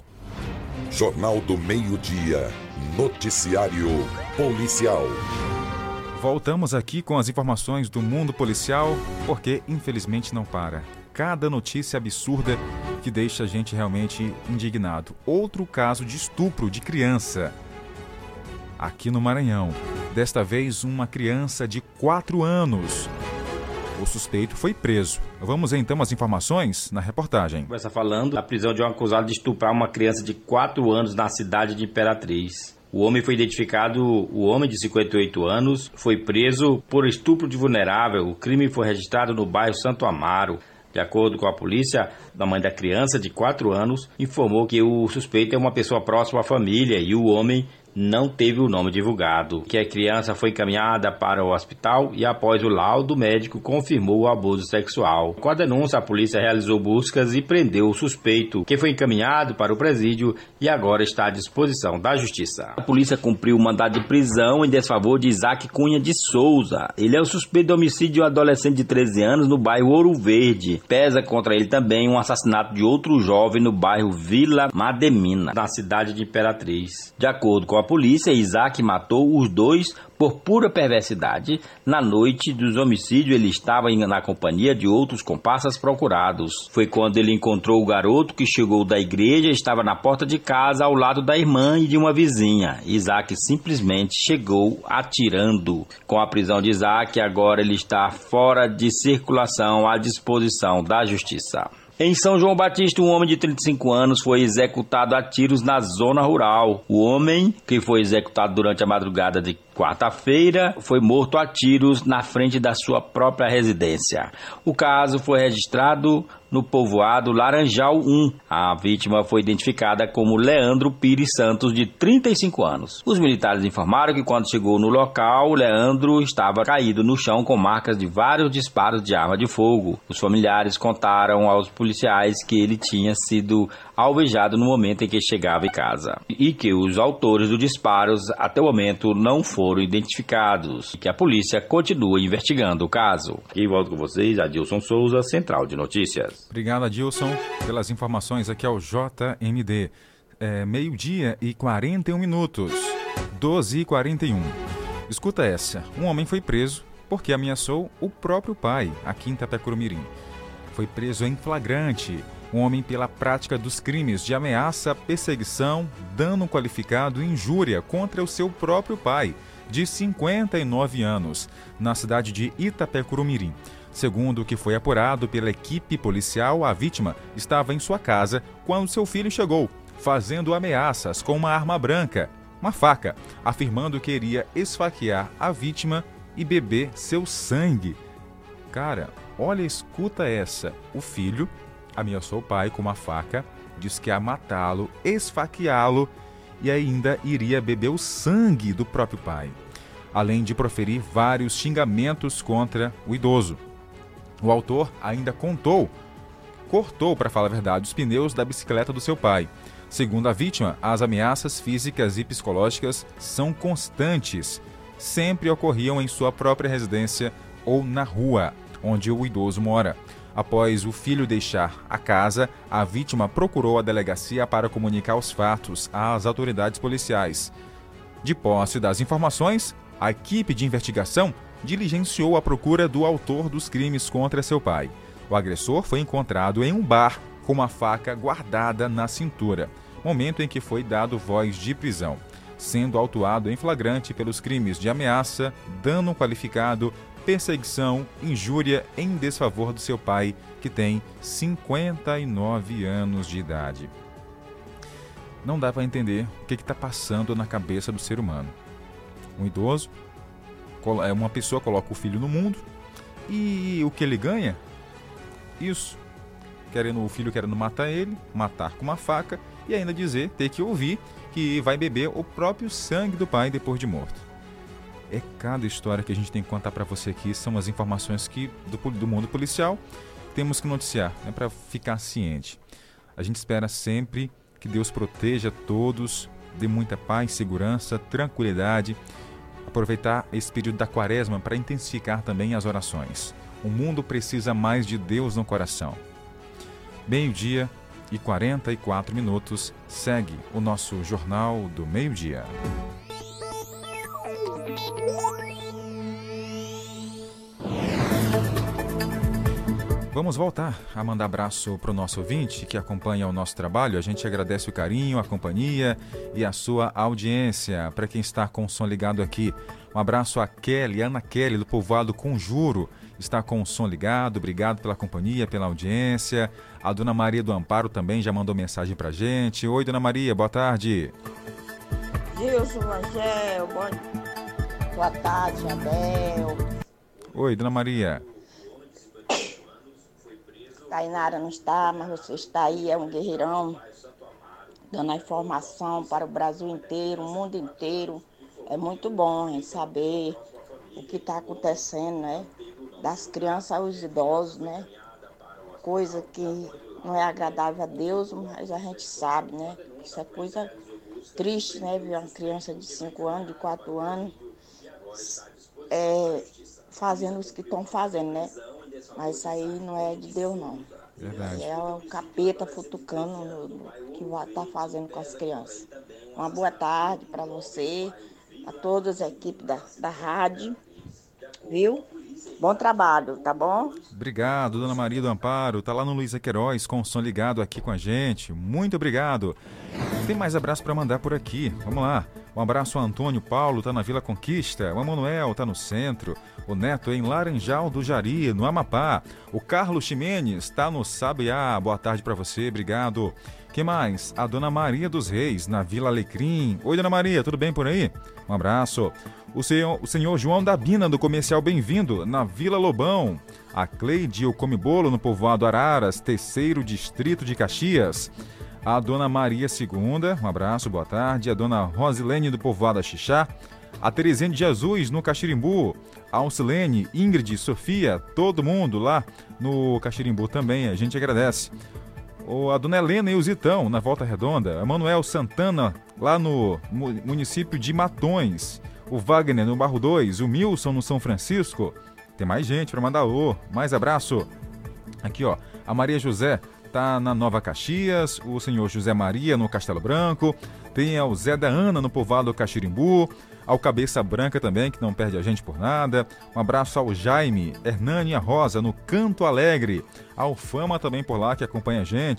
F: Jornal do Meio-Dia, noticiário policial.
A: Voltamos aqui com as informações do mundo policial, porque infelizmente não para. Cada notícia absurda que deixa a gente realmente indignado. Outro caso de estupro de criança aqui no Maranhão. Desta vez, uma criança de quatro anos. O suspeito foi preso. Vamos então às informações na reportagem.
U: Começa falando da prisão de um acusado de estuprar uma criança de quatro anos na cidade de Imperatriz. O homem foi identificado, o homem de cinquenta e oito anos, foi preso por estupro de vulnerável. O crime foi registrado no bairro Santo Amaro. De acordo com a polícia, a mãe da criança, de quatro anos, informou que o suspeito é uma pessoa próxima à família e o homem não teve o nome divulgado. Que a criança foi encaminhada para o hospital e, após o laudo médico, confirmou o abuso sexual. Com a denúncia, a polícia realizou buscas e prendeu o suspeito, que foi encaminhado para o presídio e agora está à disposição da justiça. A polícia cumpriu o mandado de prisão em desfavor de Isaac Cunha de Souza. Ele é o suspeito de homicídio de um adolescente de treze anos no bairro Ouro Verde. Pesa contra ele também um assassinato de outro jovem no bairro Vila Mademina, na cidade de Imperatriz. De acordo com a polícia, Isaac matou os dois por pura perversidade. Na noite dos homicídios, ele estava na companhia de outros comparsas procurados. Foi quando ele encontrou o garoto que chegou da igreja e estava na porta de casa ao lado da irmã e de uma vizinha. Isaac simplesmente chegou atirando. Com a prisão de Isaac, agora ele está fora de circulação à disposição da justiça. Em São João Batista, um homem de trinta e cinco anos foi executado a tiros na zona rural. O homem, que foi executado durante a madrugada de quarta-feira, foi morto a tiros na frente da sua própria residência. O caso foi registrado no povoado Laranjal um. A vítima foi identificada como Leandro Pires Santos, de trinta e cinco anos. Os militares informaram que quando chegou no local, Leandro estava caído no chão com marcas de vários disparos de arma de fogo. Os familiares contaram aos policiais que ele tinha sido alvejado no momento em que chegava em casa e que os autores dos disparos até o momento não foram identificados e que a polícia continua investigando o caso. E volto com vocês, Adilson Souza, Central de Notícias.
A: Obrigado, Adilson, pelas informações aqui ao J M D. É, meio-dia e quarenta e um minutos, doze e quarenta e um. Escuta essa. Um homem foi preso porque ameaçou o próprio pai aqui em Itapecuru-Mirim. Foi preso em flagrante. Um homem pela prática dos crimes de ameaça, perseguição, dano qualificado e injúria contra o seu próprio pai. de cinquenta e nove anos, na cidade de Itapecuru-Mirim. Segundo o que foi apurado pela equipe policial, a vítima estava em sua casa quando seu filho chegou, fazendo ameaças com uma arma branca, uma faca, afirmando que iria esfaquear a vítima e beber seu sangue. Cara, olha, escuta essa. O filho ameaçou o pai com uma faca, disse que ia matá-lo, esfaqueá-lo e ainda iria beber o sangue do próprio pai, além de proferir vários xingamentos contra o idoso. O autor ainda contou, cortou, para falar a verdade, os pneus da bicicleta do seu pai. Segundo a vítima, as ameaças físicas e psicológicas são constantes, sempre ocorriam em sua própria residência ou na rua onde o idoso mora. Após o filho deixar a casa, a vítima procurou a delegacia para comunicar os fatos às autoridades policiais. De posse das informações, a equipe de investigação diligenciou a procura do autor dos crimes contra seu pai. O agressor foi encontrado em um bar com uma faca guardada na cintura, momento em que foi dado voz de prisão, sendo autuado em flagrante pelos crimes de ameaça, dano qualificado, perseguição, injúria em desfavor do seu pai, que tem cinquenta e nove anos de idade. Não dá para entender o que está passando na cabeça do ser humano. Um idoso, uma pessoa coloca o filho no mundo e o que ele ganha? Isso. Querendo, o filho querendo matar ele, matar com uma faca e ainda dizer, ter que ouvir que vai beber o próprio sangue do pai depois de morto. É cada história que a gente tem que contar para você aqui, são as informações que do, do mundo policial temos que noticiar, né, para ficar ciente. A gente espera sempre que Deus proteja todos, dê muita paz, segurança, tranquilidade, aproveitar esse período da quaresma para intensificar também as orações. O mundo precisa mais de Deus no coração. Meio-dia e quarenta e quatro minutos, segue o nosso Jornal do Meio-Dia. Vamos voltar a mandar abraço para o nosso ouvinte que acompanha o nosso trabalho. A gente agradece o carinho, a companhia e a sua audiência. Para quem está com o som ligado aqui, um abraço a Kelly, Ana Kelly, do povoado Conjuro, está com o som ligado. Obrigado pela companhia, pela audiência. A Dona Maria do Amparo também já mandou mensagem para a gente. Oi, Dona Maria, boa tarde.
B: Gilson Angel, boa tarde, Abel.
A: Oi, Dona Maria.
B: Tainara não está, mas você está aí, é um guerreirão, dando a informação para o Brasil inteiro, o mundo inteiro. É muito bom em saber o que está acontecendo, né? Das crianças aos idosos, né? Coisa que não é agradável a Deus, mas a gente sabe, né? Isso é coisa triste, né? Ver uma criança de cinco anos, de quatro anos, é, fazendo os que estão fazendo, né? Mas isso aí não é de Deus, não.
A: Verdade.
B: É o capeta futucando no, no, que vai estar tá fazendo com as crianças. Uma boa tarde para você, a todas as equipes da, da rádio, viu? Bom trabalho, tá bom?
A: Obrigado, Dona Maria do Amparo. Tá lá no Luiza Queiroz com o som ligado aqui com a gente. Muito obrigado. Tem mais abraço para mandar por aqui. Vamos lá. Um abraço ao Antônio Paulo, tá na Vila Conquista. O Emanuel tá no centro. O Neto em Laranjal do Jari, no Amapá. O Carlos Ximenes tá no Sabiá. Boa tarde para você, obrigado. Quem mais? A Dona Maria dos Reis, na Vila Alecrim. Oi, Dona Maria, tudo bem por aí? Um abraço. O senhor, o senhor João da Bina, do Comercial Bem-vindo, na Vila Lobão. A Cleide, o Come Bolo, no povoado Araras, terceiro distrito de Caxias. A Dona Maria Segunda, um abraço, boa tarde. A Dona Rosilene, do povoado Xixá. A Terezinha de Jesus, no Caxirimbu. A Alcilene, Ingrid, Sofia, todo mundo lá no Caxirimbu também, a gente agradece. O, a Dona Helena e o Zitão, na Volta Redonda. A Manuel Santana, lá no município de Matões. O Wagner, no Barro dois. O Milson, no São Francisco. Tem mais gente para mandar alô. Mais abraço. Aqui, ó. A Maria José tá na Nova Caxias. O senhor José Maria, no Castelo Branco. Tem o Zé da Ana, no povoado Caxirimbu. Ao Cabeça Branca também, que não perde a gente por nada. Um abraço ao Jaime, Hernani e a Rosa, no Canto Alegre. Ao Fama também por lá, que acompanha a gente.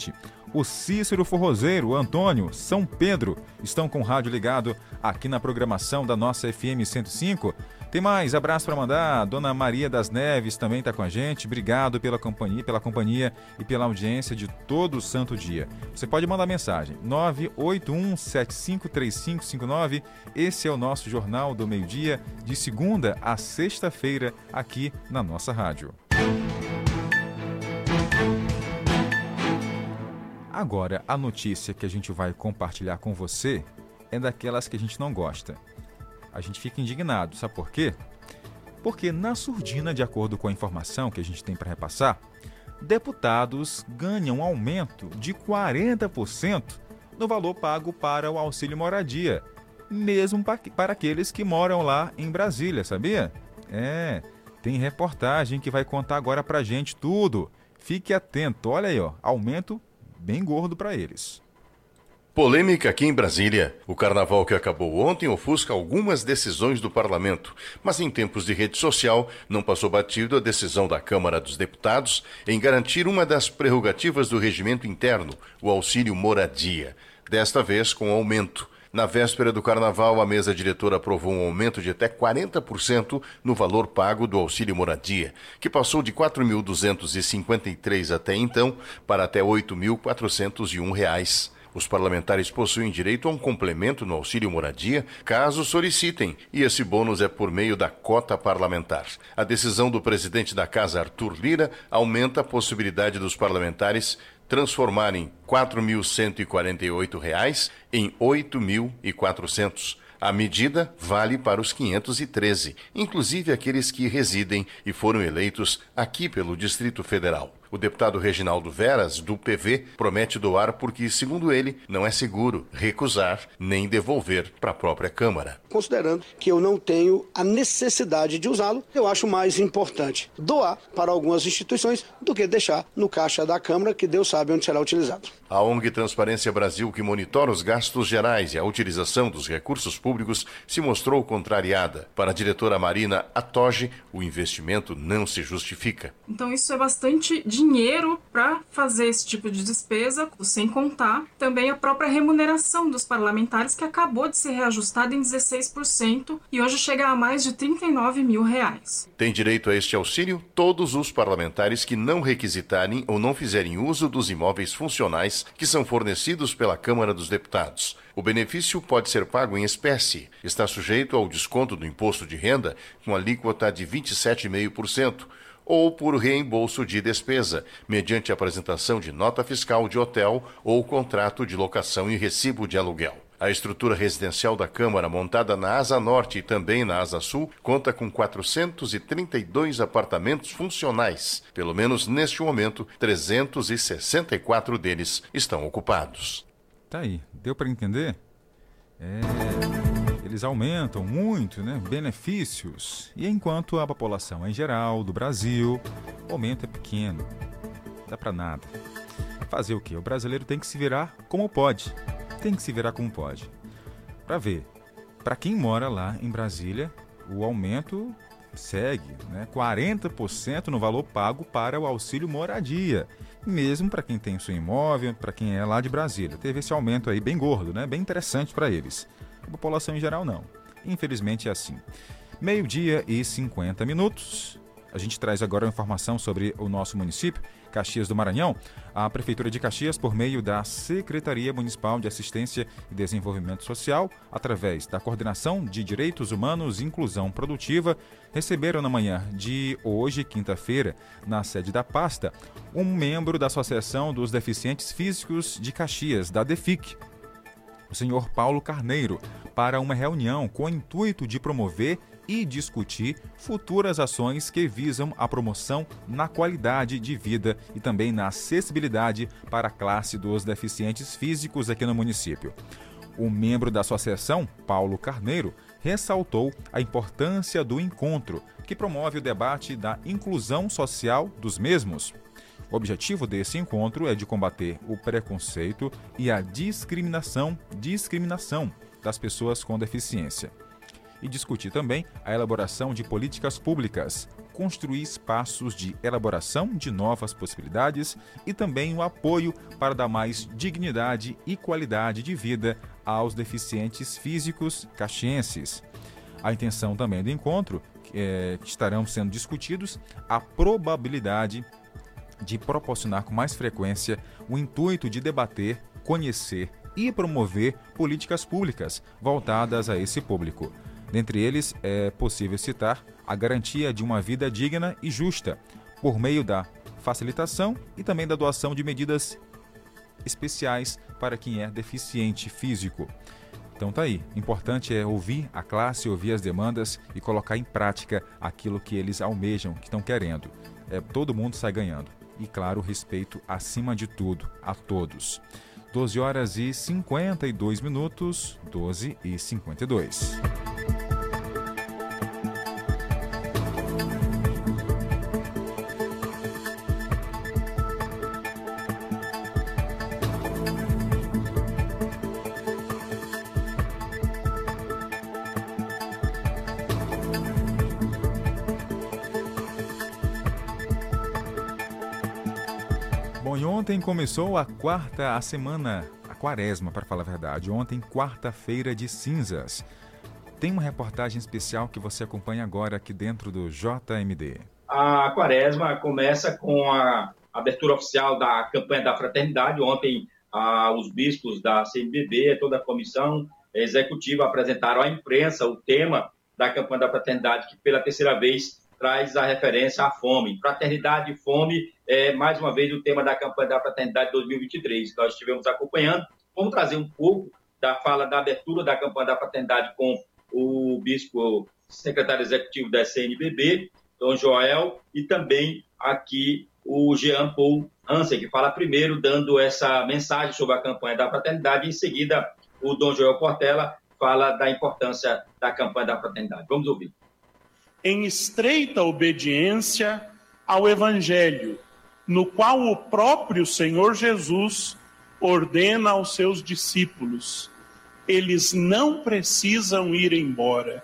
A: o Cícero Forrozeiro, o Antônio, São Pedro, estão com o rádio ligado aqui na programação da nossa F M cento e cinco. Tem mais abraço para mandar, Dona Maria das Neves também está com a gente. Obrigado pela companhia, pela companhia e pela audiência de todo o santo dia. Você pode mandar mensagem nove oito um sete cinco três cinco cinco nove. Esse é o nosso Jornal do Meio-Dia, de segunda a sexta-feira, aqui na nossa rádio. Agora, a notícia que a gente vai compartilhar com você é daquelas que a gente não gosta. A gente fica indignado, sabe por quê? Porque na surdina, de acordo com a informação que a gente tem para repassar, deputados ganham aumento de quarenta por cento no valor pago para o auxílio moradia, mesmo para aqueles que moram lá em Brasília, sabia? É, tem reportagem que vai contar agora pra gente tudo. Fique atento, olha aí, ó, aumento bem gordo para eles.
D: Polêmica aqui em Brasília. O carnaval que acabou ontem ofusca algumas decisões do parlamento, mas em tempos de rede social não passou batido a decisão da Câmara dos Deputados em garantir uma das prerrogativas do regimento interno, o auxílio moradia, desta vez com aumento. Na véspera do carnaval, a mesa diretora aprovou um aumento de até quarenta por cento no valor pago do auxílio moradia, que passou de quatro mil duzentos e cinquenta e três reais até então para até oito mil quatrocentos e um reais. Os parlamentares possuem direito a um complemento no auxílio moradia, caso solicitem, e esse bônus é por meio da cota parlamentar. A decisão do presidente da Casa, Arthur Lira, aumenta a possibilidade dos parlamentares transformarem quatro mil cento e quarenta e oito reais em oito mil e quatrocentos. A medida vale para os quinhentos e treze, inclusive aqueles que residem e foram eleitos aqui pelo Distrito Federal. O deputado Reginaldo Veras, do P V, promete doar porque, segundo ele, não é seguro recusar nem devolver para a própria Câmara.
V: Considerando que eu não tenho a necessidade de usá-lo, eu acho mais importante doar para algumas instituições do que deixar no caixa da Câmara, que Deus sabe onde será utilizado.
D: A O N G Transparência Brasil, que monitora os gastos gerais e a utilização dos recursos públicos, se mostrou contrariada. Para a diretora Marina Atoge, o investimento não se justifica.
W: Então isso é bastante dinheiro para fazer esse tipo de despesa, sem contar também a própria remuneração dos parlamentares, que acabou de ser reajustada em dezesseis por cento e hoje chega a mais de trinta e nove mil reais.
D: Tem direito a este auxílio todos os parlamentares que não requisitarem ou não fizerem uso dos imóveis funcionais que são fornecidos pela Câmara dos Deputados. O benefício pode ser pago em espécie. Está sujeito ao desconto do imposto de renda com alíquota de vinte e sete vírgula cinco por cento. ou por reembolso de despesa, mediante apresentação de nota fiscal de hotel ou contrato de locação e recibo de aluguel. A estrutura residencial da Câmara, montada na Asa Norte e também na Asa Sul, conta com quatrocentos e trinta e dois apartamentos funcionais. Pelo menos neste momento, trezentos e sessenta e quatro deles estão ocupados.
A: Tá aí, deu para entender? É... Eles aumentam muito, né, benefícios, e enquanto a população em geral do Brasil, o aumento é pequeno, não dá para nada. Fazer o quê? O brasileiro tem que se virar como pode, tem que se virar como pode. Para ver, para quem mora lá em Brasília, o aumento segue, né, quarenta por cento no valor pago para o auxílio moradia, mesmo para quem tem o seu imóvel, para quem é lá de Brasília. Teve esse aumento aí bem gordo, né, bem interessante para eles. A população em geral não. Infelizmente é assim. Meio-dia e cinquenta minutos. A gente traz agora uma informação sobre o nosso município, Caxias do Maranhão. A Prefeitura de Caxias, por meio da Secretaria Municipal de Assistência e Desenvolvimento Social, através da Coordenação de Direitos Humanos e Inclusão Produtiva, receberam na manhã de hoje, quinta-feira, na sede da pasta, um membro da Associação dos Deficientes Físicos de Caxias, da DEFIC, o senhor Paulo Carneiro, para uma reunião com o intuito de promover e discutir futuras ações que visam a promoção na qualidade de vida e também na acessibilidade para a classe dos deficientes físicos aqui no município. O membro da associação, Paulo Carneiro, ressaltou a importância do encontro, que promove o debate da inclusão social dos mesmos. O objetivo desse encontro é de combater o preconceito e a discriminação, discriminação das pessoas com deficiência. e discutir também a elaboração de políticas públicas, construir espaços de elaboração de novas possibilidades e também o apoio para dar mais dignidade e qualidade de vida aos deficientes físicos caxienses. A intenção também do encontro é que estarão sendo discutidos a probabilidade de proporcionar com mais frequência o intuito de debater, conhecer e promover políticas públicas voltadas a esse público. Dentre eles, é possível citar a garantia de uma vida digna e justa, por meio da facilitação e também da doação de medidas especiais para quem é deficiente físico. Então tá aí, importante é ouvir a classe, ouvir as demandas e colocar em prática aquilo que eles almejam, que estão querendo. É, todo mundo sai ganhando. E claro, respeito acima de tudo, a todos. doze horas e cinquenta e dois minutos, doze e cinquenta e dois. Bom, e ontem começou a quarta, a semana, a quaresma, para falar a verdade. Ontem, quarta-feira de cinzas. Tem uma reportagem especial que você acompanha agora aqui dentro do J M D.
U: A quaresma começa com a abertura oficial da campanha da fraternidade. Ontem, ah, os bispos da C N B B, toda a comissão executiva apresentaram à imprensa o tema da campanha da fraternidade, que pela terceira vez traz a referência à fome. Fraternidade e fome é, mais uma vez, o tema da campanha da Fraternidade dois mil e vinte e três. Nós estivemos acompanhando. Vamos trazer um pouco da fala da abertura da campanha da Fraternidade com o bispo secretário executivo da C N B B, Dom Joel, e também aqui o Jean Paul Hansen, que fala primeiro dando essa mensagem sobre a campanha da Fraternidade, e em seguida o Dom Joel Portela fala da importância da campanha da Fraternidade. Vamos ouvir.
C: Em estreita obediência ao Evangelho, no qual o próprio Senhor Jesus ordena aos seus discípulos: eles não precisam ir embora,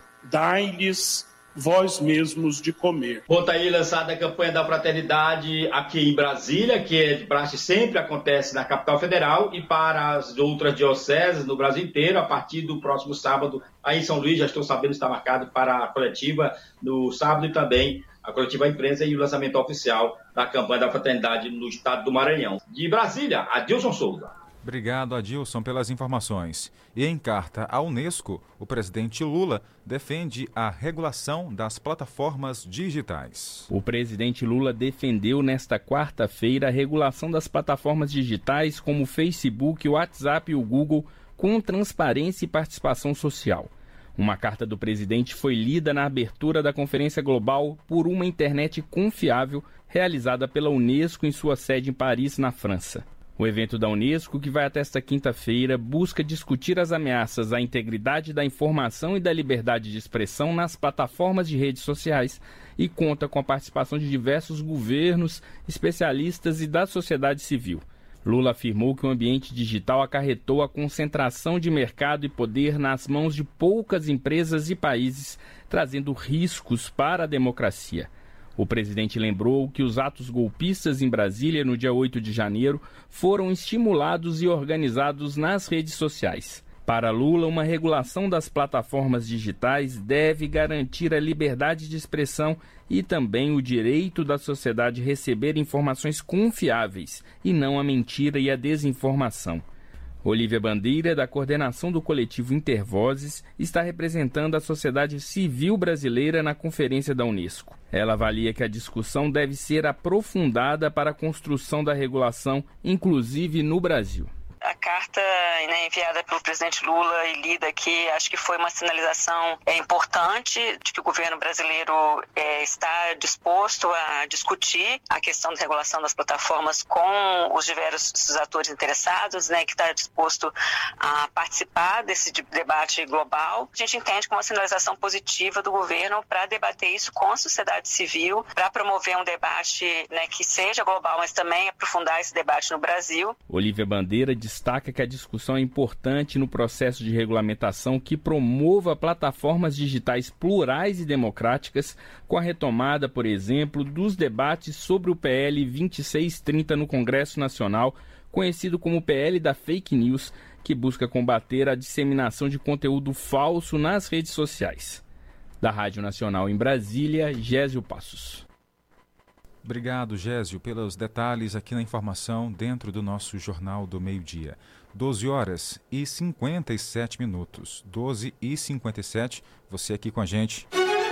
C: dai-lhes vós mesmos de comer.
U: Bom, tá aí lançada a campanha da fraternidade aqui em Brasília, que é de praxe, sempre acontece na capital federal, e para as outras dioceses no Brasil inteiro, a partir do próximo sábado, aí em São Luís, já estou sabendo, está marcado para a coletiva no sábado, e também a coletiva imprensa e o lançamento oficial da campanha da fraternidade no estado do Maranhão. De Brasília, Adilson Souza.
A: Obrigado, Adilson, pelas informações. E em carta à Unesco, o presidente Lula defende a regulação das plataformas digitais.
E: O presidente Lula defendeu nesta quarta-feira a regulação das plataformas digitais como o Facebook, o WhatsApp e o Google, com transparência e participação social. Uma carta do presidente foi lida na abertura da Conferência Global por uma Internet Confiável, realizada pela Unesco em sua sede em Paris, na França. O evento da Unesco, que vai até esta quinta-feira, busca discutir as ameaças à integridade da informação e da liberdade de expressão nas plataformas de redes sociais e conta com a participação de diversos governos, especialistas e da sociedade civil. Lula afirmou que o ambiente digital acarretou a concentração de mercado e poder nas mãos de poucas empresas e países, trazendo riscos para a democracia. O presidente lembrou que os atos golpistas em Brasília no dia oito de janeiro foram estimulados e organizados nas redes sociais. Para Lula, uma regulação das plataformas digitais deve garantir a liberdade de expressão e também o direito da sociedade receber informações confiáveis e não a mentira e a desinformação. Olívia Bandeira, da coordenação do coletivo Intervozes, está representando a sociedade civil brasileira na conferência da Unesco. Ela avalia que a discussão deve ser aprofundada para a construção da regulação, inclusive no Brasil.
H: A carta, né, enviada pelo presidente Lula e lida aqui, acho que foi uma sinalização é, importante de que o governo brasileiro é, está disposto a discutir a questão da regulação das plataformas com os diversos atores interessados, né, que está disposto a participar desse debate global. A gente entende como uma sinalização positiva do governo para debater isso com a sociedade civil, para promover um debate, né, que seja global, mas também aprofundar esse debate no Brasil.
E: Olívia Bandeira destaca que a discussão é importante no processo de regulamentação que promova plataformas digitais plurais e democráticas, com a retomada, por exemplo, dos debates sobre o P L vinte e seis trinta no Congresso Nacional, conhecido como P L da Fake News, que busca combater a disseminação de conteúdo falso nas redes sociais. Da Rádio Nacional em Brasília, Gésio Passos.
A: Obrigado, Gésio, pelos detalhes aqui na informação dentro do nosso Jornal do Meio-Dia. doze horas e cinquenta e sete minutos. doze e cinquenta e sete, você aqui com a gente.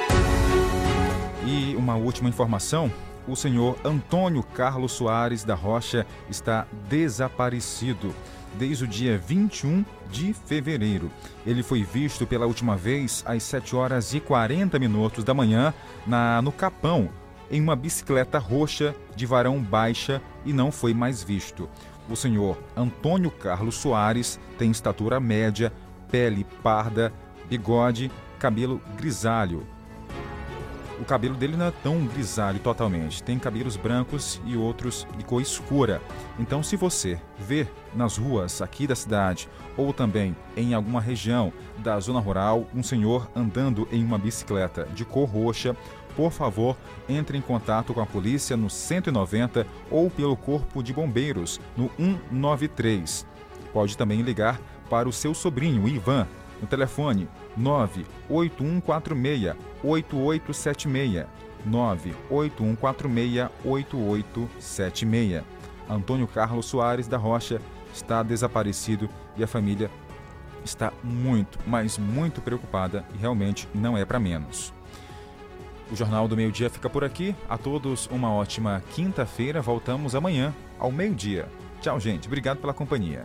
A: E uma última informação, o senhor Antônio Carlos Soares da Rocha está desaparecido desde o dia vinte e um de fevereiro. Ele foi visto pela última vez às sete horas e quarenta minutos da manhã na, no Capão, em uma bicicleta roxa de varão baixa e não foi mais visto. O senhor Antônio Carlos Soares tem estatura média, pele parda, bigode, cabelo grisalho. O cabelo dele não é tão grisalho totalmente, tem cabelos brancos e outros de cor escura. Então, se você vê nas ruas aqui da cidade ou também em alguma região da zona rural um senhor andando em uma bicicleta de cor roxa, por favor, entre em contato com a polícia no cento e noventa ou pelo Corpo de Bombeiros no cento e noventa e três. Pode também ligar para o seu sobrinho, Ivan, no telefone nove oito um quatro seis oito oito sete seis, nove oito um quatro seis oito oito sete seis. Antônio Carlos Soares da Rocha está desaparecido e a família está muito, mas muito preocupada e realmente não é para menos. O Jornal do Meio-Dia fica por aqui. A todos uma ótima quinta-feira. Voltamos amanhã ao meio-dia. Tchau, gente. Obrigado pela companhia.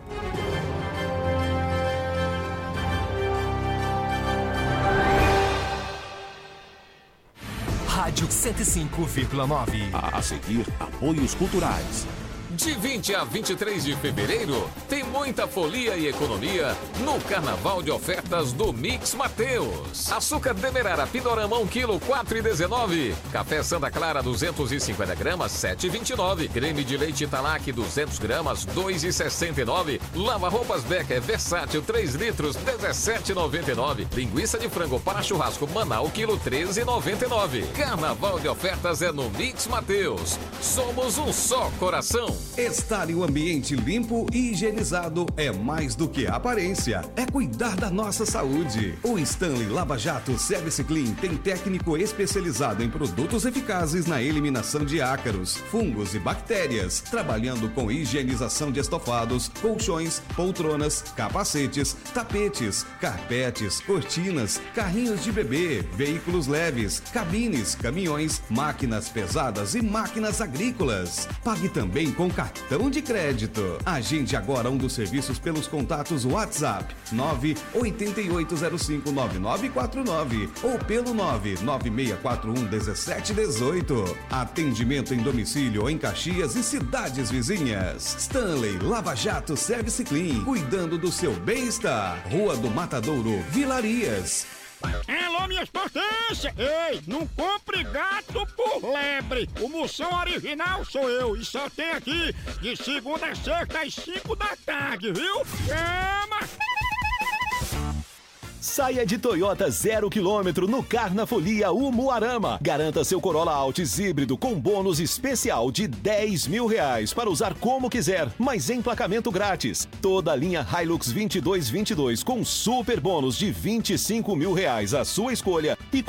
P: Rádio cento e cinco vírgula nove. A seguir, apoios culturais.
Q: De vinte a vinte e três de fevereiro, tem muita folia e economia no Carnaval de Ofertas do Mix Mateus. Açúcar Demerara Pindorama um quilo, quatro reais e dezenove centavos. Café Santa Clara duzentos e cinquenta gramas, sete reais e vinte e nove centavos. Creme de leite Italac duzentos gramas, dois reais e sessenta e nove centavos. Lava roupas Becker Versátil três litros, dezessete reais e noventa e nove centavos. Linguiça de frango para churrasco Manaus, quilo treze reais e noventa e nove centavos. Carnaval de Ofertas é no Mix Mateus. Somos um só coração.
R: Estar em um ambiente limpo e higienizado é mais do que aparência, é cuidar da nossa saúde. O Stanley Lava Jato Service Clean tem técnico especializado em produtos eficazes na eliminação de ácaros, fungos e bactérias, trabalhando com higienização de estofados, colchões, poltronas, capacetes, tapetes, carpetes, cortinas, carrinhos de bebê, veículos leves, cabines, caminhões, máquinas pesadas e máquinas agrícolas. Pague também com cartão de crédito. Agende agora um dos serviços pelos contatos WhatsApp nove oito oito zero cinco nove nove quatro nove ou pelo nove nove seis quatro um um sete um oito. Atendimento em domicílio em Caxias e cidades vizinhas. Stanley Lava Jato Service Clean, cuidando do seu bem-estar. Rua do Matadouro, Vilarias.
G: Alô, minhas potências! Ei, não compre gato por lebre! O Moção original sou eu e só tem aqui de segunda a sexta às cinco da tarde, viu? Chama!
O: Saia de Toyota zero quilômetro no Carnafolia Umuarama. Garanta seu Corolla Altis híbrido com bônus especial de dez mil reais para usar como quiser, mas emplacamento grátis. Toda a linha Hilux vinte e dois vinte e dois com super bônus de vinte e cinco mil reais à sua escolha e